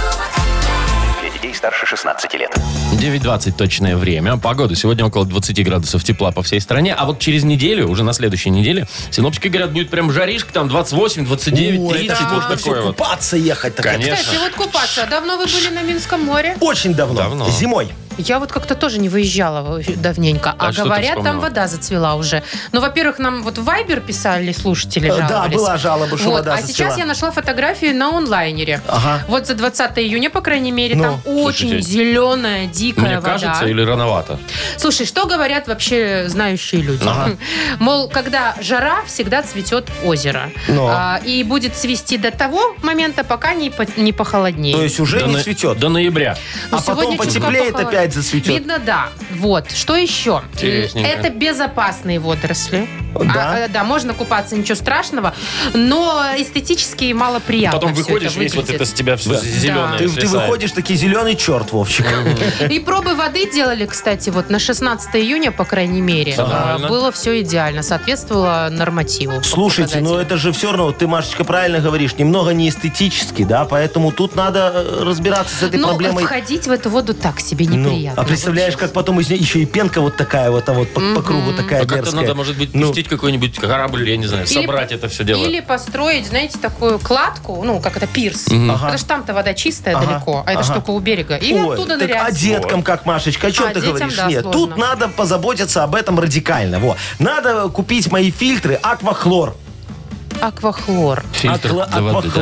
Для детей старше 16 лет. 9:20 точное время. Погода сегодня около 20 градусов тепла по всей стране. А вот через неделю, уже на следующей неделе, синоптики говорят, будет прям жаришка, там 28, 29, Ой, 30, это ж вот можно такое все вот. купаться ехать. такая. Конечно. Кстати, вот купаться. Давно вы были на Минском море? Очень давно. Давно. Зимой. Я вот как-то тоже не выезжала давненько. А что ты говорят, там вспомнила? вода зацвела уже. Ну, во-первых, нам вот в Вайбер писали слушатели, жаловались. Да, была жалоба, что Вот. вода А зацвела. сейчас я нашла фотографии на онлайнере. Ага. Вот за 20 июня, по крайней мере, Ну, там очень слушайте, зеленая, дикая Мне вода. кажется, или рановато? Слушай, что говорят вообще знающие люди? Ага. Мол, когда жара, всегда цветет озеро. Но. И будет цвести до того момента, пока не похолоднеет. То есть уже До не на- цветет. До ноября. Ну, А потом сегодня чутка потеплеет, похолоднее. опять зацветет. Видно, да. Вот. Что еще? Интересненько. Это безопасные водоросли. Да? Да, можно купаться, ничего страшного. Но эстетически малоприятно Потом всё выходишь, это весь вот выглядит. это с тебя все зеленое Ты выходишь такой зеленый черт, Вовчик. И пробы воды делали, кстати, вот на 16 июня, по крайней мере. Нормально. Было все идеально, соответствовало нормативу. Слушайте, ну это же все равно, ты, Машечка, правильно говоришь, немного не эстетически, да, поэтому тут надо разбираться с этой Но проблемой. входить в эту воду так себе Ну, неприятно. а представляешь, как потом из нее еще и пенка вот такая вот, там вот по кругу такая А как-то дерзкая. надо, может быть, Ну, пустить какой-нибудь корабль, я не знаю, Или- собрать это все дело. Или построить, знаете, такую кладку, ну, как это, пирс. Потому что там-то вода чистая Ага, далеко, а это ага. ж только у берега. И Ой, оттуда так нырять. а деткам как, Машечка, о чем А, ты детям, говоришь? да, Нет, сложно. тут надо позаботиться об этом радикально. Во. Надо купить мои фильтры Аквахлор. Аквахлор. Фильтр для воды, да? Аквахлор.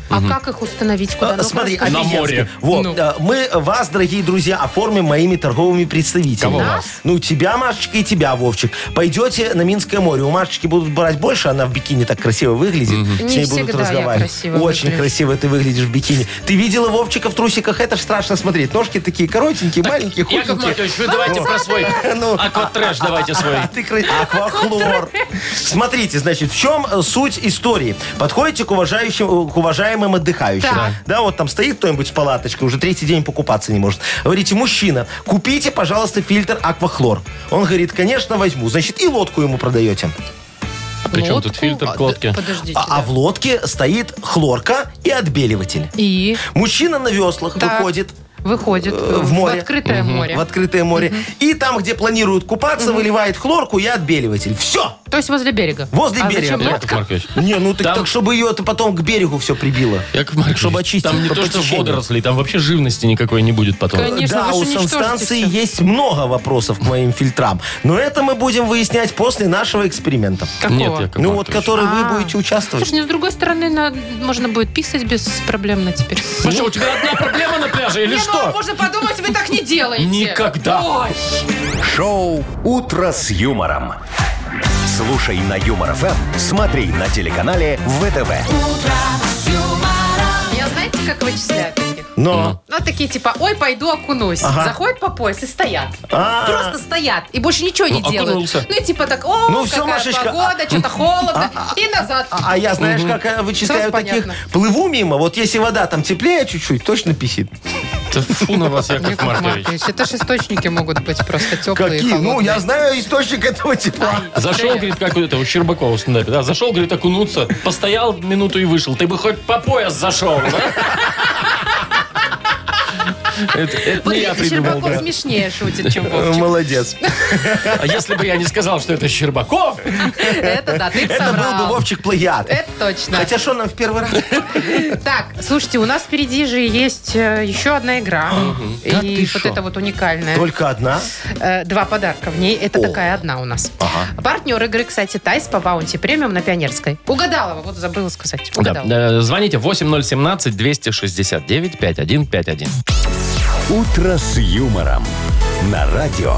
А как их установить? Куда? Ну-ка, Смотри, расскажи. На офигенски. море. Вот, Ну. мы вас, дорогие друзья, оформим моими торговыми представителями. Кого вас? Ну, тебя, Машечка, и тебя, Вовчик. Пойдете на Минское море. У Машечки будут брать больше, она в бикини так красиво выглядит. Не С ней будут всегда я разговаривать. красиво Очень выгляжу. красиво ты выглядишь в бикини. Ты видела Вовчика в трусиках? Это ж страшно смотреть. Ножки такие коротенькие, маленькие, Яков худенькие. Маркович, вы давайте про свой Ну. акватрэш давайте свой. Аквахлор. Смотрите, значит, в чем суть истории? Подходите к уважаемым отдыхающим. Так. Да, вот там стоит кто-нибудь с палаточкой, уже третий день покупаться не может. Говорите, мужчина, купите, пожалуйста, фильтр Аквахлор. Он говорит, конечно, возьму. Значит, и лодку ему продаете. А при чем тут Лодку? фильтр к лодке? Подождите. А в лодке стоит хлорка и отбеливатель. И Мужчина на веслах Да. выходит выходит в море. в открытое море. в открытое море. И там, где планируют купаться, выливает хлорку и отбеливатель. Все. То есть возле берега. Возле А берега. зачем Яков лодка? Маркович. Не, ну так, Там- чтобы ее потом к берегу все прибило. Яков Маркович, Чтобы очистить там не по то, что течению. водорослей, там вообще живности никакой не будет потом. Конечно, Да, вы у же уничтожите санстанции всё. есть много вопросов к моим фильтрам. Но это мы будем выяснять после нашего эксперимента. Какого? Нет, Яков Ну вот, Маркович. который вы А. будете участвовать. Слушай, ну, с другой стороны, можно будет писать беспроблемно теперь. Маша, у тебя одна проблема на пляже или что? можно подумать, вы так не делаете. Никогда. Ой. Шоу «Утро с юмором». Слушай на Юмор ФМ, смотри на телеканале ВТВ. Я знаете, как вычисляю таких? Но. Ну, такие типа, ой, пойду окунусь. Ага. Заходят по пояс и стоят. А. Просто стоят. И больше ничего не Ну, делают. окунулся. Ну, и типа так, о, Ну, всё, какая Машечка, погода, что-то холодно. И назад. А я, знаешь, как вычисляю Сразу таких? понятно. Плыву мимо, вот если вода там теплее чуть-чуть, точно писит. Да фу на вас, Яков Яков Маркович. Маркович, это ж источники могут быть просто теплые. Какие? Ну, я знаю источник этого тепла. Зашел, говорит, как у этого Щербакова в стендапе, да, зашел, говорит, окунуться, постоял минуту и вышел. Ты бы хоть по пояс зашел, да? Это Вот не я видите, придумал, Щербаков да. смешнее шутит, чем Вовчик. Молодец. А если бы я не сказал, что это Щербаков, Это да, ты Это был бы, соврал. Вовчик, плагиат. Это точно. Хотя что нам в первый раз? Так, слушайте, у нас впереди же есть еще одна игра. Да И ты вот шо? это вот уникальная. Только одна? 2 подарка в ней. Это такая одна у нас. Партнер игры, кстати, Тайс по Баунти Премиум на Пионерской. Угадала, вот забыла сказать. да, Угадала. звоните 8017-269-5151. «Утро с юмором» на радио.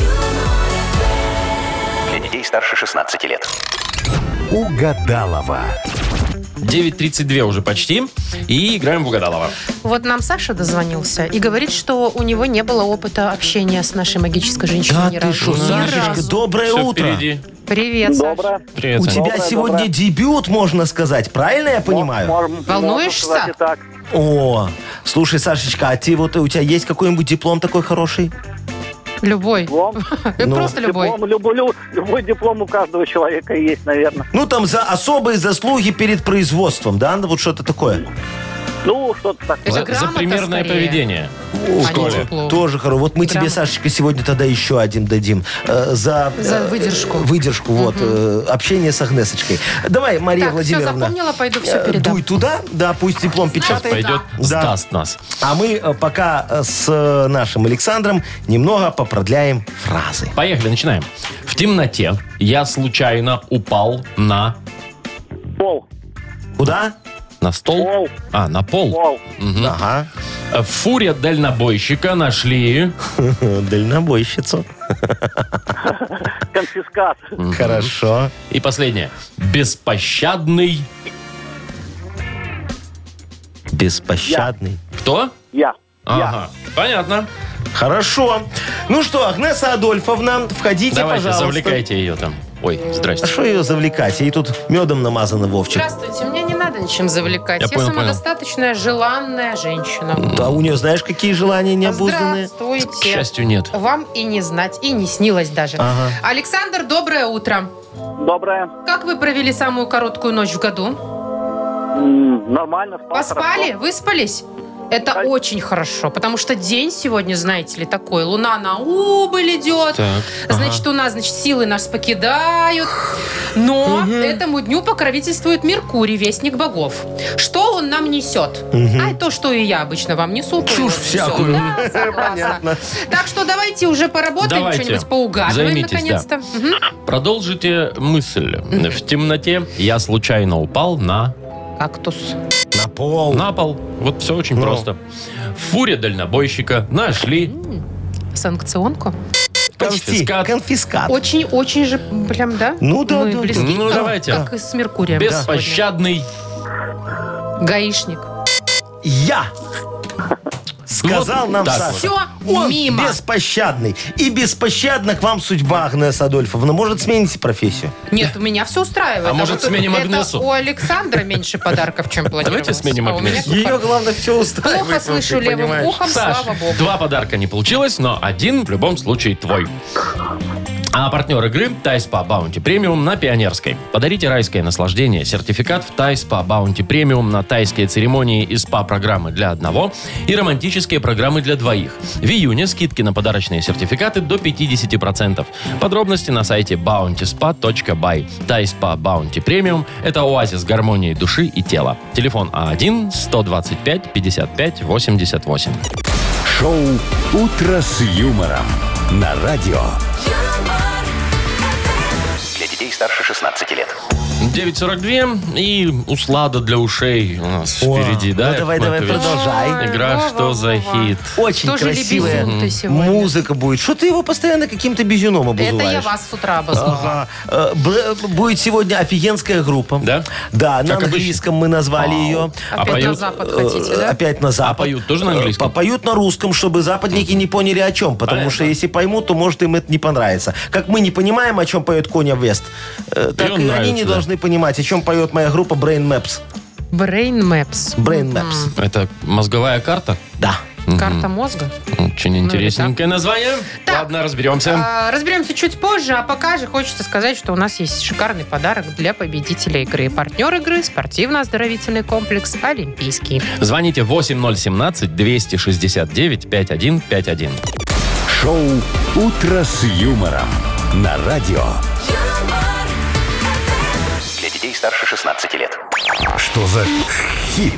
Для детей старше 16 лет. Угадалова. 9:32 уже почти. И играем в Угадалова. Вот нам Саша дозвонился и говорит, что у него не было опыта общения с нашей магической женщиной Да ни ты разу. что, Ни Сашечка, разу. доброе Все утро. впереди. Привет, Саш. Доброе. Привет, У Сань. тебя Доброе, сегодня доброе. дебют, можно сказать. Правильно я понимаю? Волнуешься? Можно сказать и так. О, слушай, Сашечка, а ты вот у тебя есть какой-нибудь диплом такой хороший? Любой. Диплом. Ну. Просто любой. Любой диплом у каждого человека есть, наверное. Ну, там за особые заслуги перед производством, да? Ну, вот что-то такое. Ну, что-то такое. Это За грамота примерное скорее. поведение. А В не школе. диплом. Тоже хорошо. Вот мы тебе, Грамота. Сашечка, сегодня тогда еще один дадим. За выдержку. Выдержку, вот. Общение с Агнесочкой. Давай, Мария Так, все Владимировна. запомнила, пойду все передам. Дуй туда, да, пусть диплом Сейчас печатает. пойдет, Да. сдаст нас. А мы пока с нашим Александром немного попродляем фразы. Поехали, начинаем. В темноте я случайно упал на Пол. Куда? стол. Пол. А, на пол. Пол. Мгм. Ага. В фуре дальнобойщика нашли... Дальнобойщицу. Конфискат. Хорошо. И последнее. Беспощадный... Беспощадный. Кто? Я. Ага, понятно. Хорошо. Ну что, Агнеса Адольфовна, входите, Давайте, пожалуйста. завлекайте ее там. Ой, А здрасте. что ее завлекать? Ей тут медом намазано, Вовчик. Здравствуйте, мне не надо ничем завлекать. Я Я, понял, самодостаточная, желанная женщина. А у нее, знаешь, какие желания необузданные? К Здравствуйте. счастью, нет. Вам и не знать, и не снилось даже. Ага. Александр, доброе утро. Доброе. Как вы провели самую короткую ночь в году? Нормально. Спал Поспали? Выспались? Это Да. очень хорошо, потому что день сегодня, знаете ли, такой. Луна на убыль идет. Так, Значит, у нас, силы нас покидают. Но этому дню покровительствует Меркурий, вестник богов. Что он нам несет? А то, что и я обычно вам несу. то и Чушь вот всё. всякую. Да, согласна. Понятно. Так что давайте уже поработаем, Давайте. что-нибудь поугадываем Займитесь, наконец-то. Мгм. Продолжите мысль. В темноте я случайно упал на... Кактус. На пол. На пол. Вот все очень просто. В фуре дальнобойщика нашли Санкционку? конфискат. Конфискат. Очень же прям, да? Ну да, Мы да, близки. Ну, Как- давайте. Как и с Меркурием. Беспощадный. Гаишник. Я сказал Вот нам так Саша. вот. Все, Он мимо. беспощадный. И беспощадна к вам судьба, Агнеса Адольфовна. Может, смените профессию? Нет, меня все устраивает. А может, вот сменим это Агнесу? у Александра меньше подарков, чем планировалось. Давайте сменим А у меня Агнесу. сухо. Ее, главное, все устраивает. Плохо слышу Вовчик, левым понимаешь? ухом, Саш, слава богу. 2 подарка не получилось, но 1 в любом случае твой. А партнер игры Тайспа Баунти Премиум на Пионерской. Подарите райское наслаждение. Сертификат в Тайспа Баунти Премиум на тайские церемонии и СПА-программы для одного и романтические программы для двоих. В июне скидки на подарочные сертификаты до 50%. Подробности на сайте bountyspa.by. Тайспа Баунти Премиум – это оазис гармонии души и тела. Телефон А1-125-55-88. Шоу «Утро с юмором» на радио. Для детей старше 16 лет. 9:42 и услада для ушей у нас О, впереди, да? ну давай, Яков давай, Маркович? продолжай. Игра Вова, «Что за Вова. хит?» Очень Тоже красивая лебезун ты сегодня. музыка будет. Что ты его постоянно каким-то бизюном обузываешь? Это я вас с утра обозвала. Ага. Будет сегодня офигенская группа. Да? Да, на Как английском мы назвали ее. Опять на поют, запад хотите, да? Опять на запад. А поют тоже на английском? Поют на русском, чтобы западники не поняли о чем. Потому Понятно. что если поймут, то может им это не понравится. Как мы не понимаем, о чем поет Коня Вест, так он и нравится, они не да. должны понимать, о чем поет моя группа Brain Maps. Brain Maps. Brain Maps. Это мозговая карта? Да. Карта мозга. Очень интересненькое название. Так. Ладно, разберемся. Разберемся чуть позже, а пока же хочется сказать, что у нас есть шикарный подарок для победителя игры. Партнер игры – спортивно-оздоровительный комплекс «Олимпийский». Звоните 8017-269-5151. Шоу «Утро с юмором» на радио. Для детей старше 16 лет. Что за хит?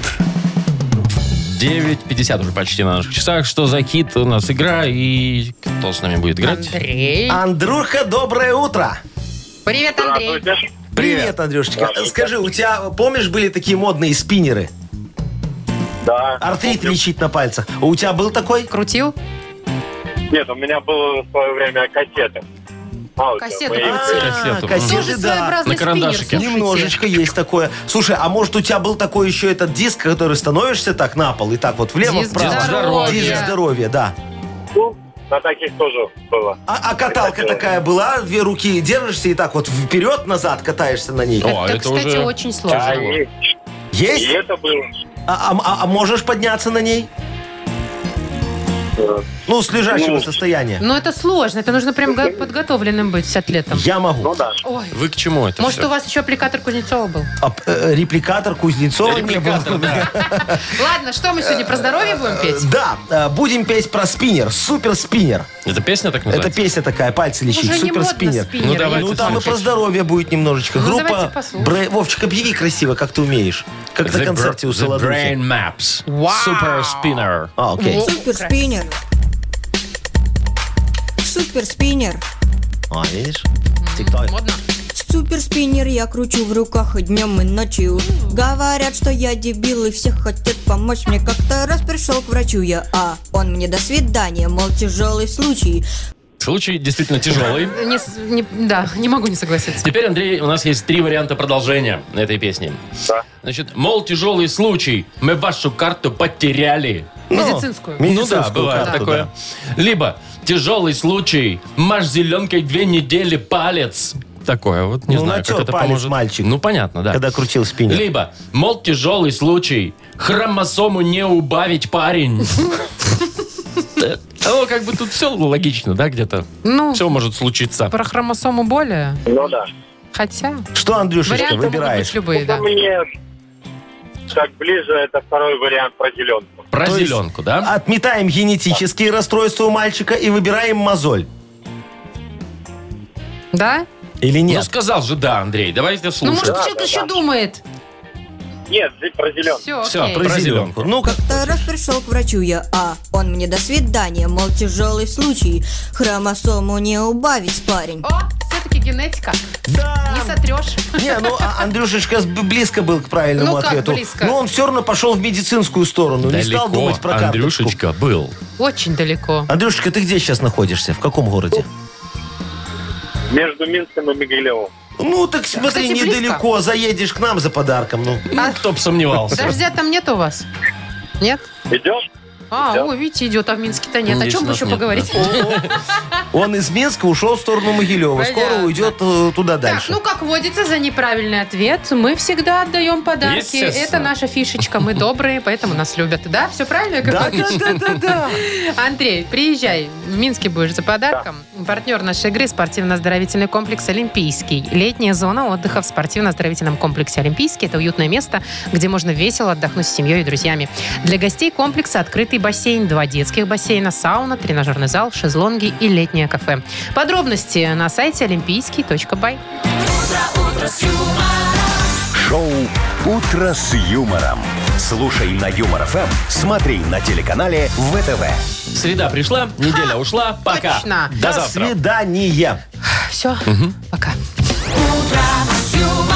9:50 уже почти на наших часах. Что за хит? У нас игра, и кто с нами будет играть? Андрей. Андрюха, доброе утро. Привет, Андрей. Привет, Андрюшечка. Скажи, у тебя, помнишь, были такие модные спиннеры? Да. Артрит лечить на пальцах. У тебя был такой? Крутил? Нет, у меня было в свое время кассеты. Кассеты мы- крутили. Кассету. кассеты, Тоже да. своеобразный На карандашике. спиннер, слушайте. Немножечко есть такое. Слушай, а может у тебя был такой еще этот диск, который становишься так на пол и так вот влево, Диск вправо? здоровья. Диск здоровья, да. Ну, на таких тоже было. А каталка такая была, 2 руки держишься и так вот вперед-назад катаешься на ней. О, Это, это кстати, уже очень сложно. А, и Есть? это было. А можешь подняться на ней? Ну, с лежачего состояния. Но это сложно. Это нужно прям подготовленным быть с атлетом. Я могу. Ну да. Ой. Вы к чему это Может, все? у вас еще аппликатор Кузнецова был? Репликатор Кузнецова не был. Репликатор, да. Ладно, что мы сегодня про здоровье будем петь? Да, будем петь про спиннер, супер спиннер. Это песня так Это называется? песня такая, пальцы лечить, Уже не супер модно спиннер. спиннеры. Ну, давайте Ну там и слушать. про здоровье будет немножечко. Ну, Группа давайте послушаем. Вовчик, объяви красиво, как ты умеешь. Как на концерте у The Солодухи. Brain Maps. Вау. Super Spinner. Окей. Супер спиннер. Супер спиннер. О, видишь? Тик-ток. Модно. Супер спиннер я кручу в руках и днем, и ночью. Говорят, что я дебил и все хотят помочь мне. Как-то раз пришел к врачу я, он мне до свидания, мол, тяжелый случай. Случай действительно тяжелый. Да, не могу не согласиться. Теперь, Андрей, у нас есть 3 варианта продолжения этой песни. Да. Значит, мол, тяжелый случай, мы вашу карту потеряли. Медицинскую. Ну да, Медицинскую бывает карту, такое. Либо тяжелый случай, маш зеленкой 2 недели палец. Такое вот, не Ну, знаю, натер как это палец поможет. мальчик. Ну, понятно, да. Когда крутил спиннер. Либо, мол, тяжелый случай, хромосому не убавить, парень. Ну, как бы тут все логично, да, где-то? Ну, Все может случиться. про хромосому более. Ну да. Хотя, Что, Андрюшечка, варианты могут выбираешь? быть любые, да. Мне как ближе, это второй вариант про зеленку. Про То есть зеленку, да? Отметаем генетические расстройства у мальчика и выбираем мозоль. Да? Или Ну, нет? сказал же да, Андрей. Давайте Ну, слушаем. может, человек еще думает. Нет, про зеленку. Все, Всё, окей. про зеленку. Ну, как Как-то раз пришел к врачу я, он мне до свидания, мол, тяжелый случай. Хромосому не убавить, парень. О, все-таки генетика. Да. Не сотрешь. Не, ну Андрюшечка близко был к правильному Ну, как ответу. близко? Но он все равно пошел в медицинскую сторону. Не стал думать про карточку. Андрюшечка был. Очень далеко. Андрюшечка, ты где сейчас находишься? В каком городе? Между Минском и Могилевым. Ну, так смотри, Кстати, близко. недалеко. Заедешь к нам за подарком. Ну. Кто б сомневался. Дождя там нет у вас? Нет? Идешь? Ой, видите, идет, а в Минске-то нет. О Здесь чем у бы нас еще нет, поговорить? Он из Минска ушел в сторону Могилева. Скоро Понятно. уйдет туда Так, дальше. ну, как водится, за неправильный ответ мы всегда отдаем подарки. Естественно. Это наша фишечка. Мы добрые, поэтому нас любят. Да, все правильно, Яков Да, Маркович? да. Андрей, приезжай. В Минске будешь за подарком. Партнер нашей игры — спортивно-оздоровительный комплекс «Олимпийский». Летняя зона отдыха в спортивно-оздоровительном комплексе «Олимпийский» — это уютное место, где можно весело отдохнуть с семьей и друзьями. Для гостей комплекса открытый бассейн, 2 детских бассейна, сауна, тренажерный зал, шезлонги и летнее кафе. Подробности на сайте олимпийский.бай. Шоу «Утро с юмором». Слушай на Юмор ФМ, смотри на телеканале ВТВ. Среда пришла, неделя ушла. Пока. точно. До До завтра. свидания. Все, пока. Утро с юмором.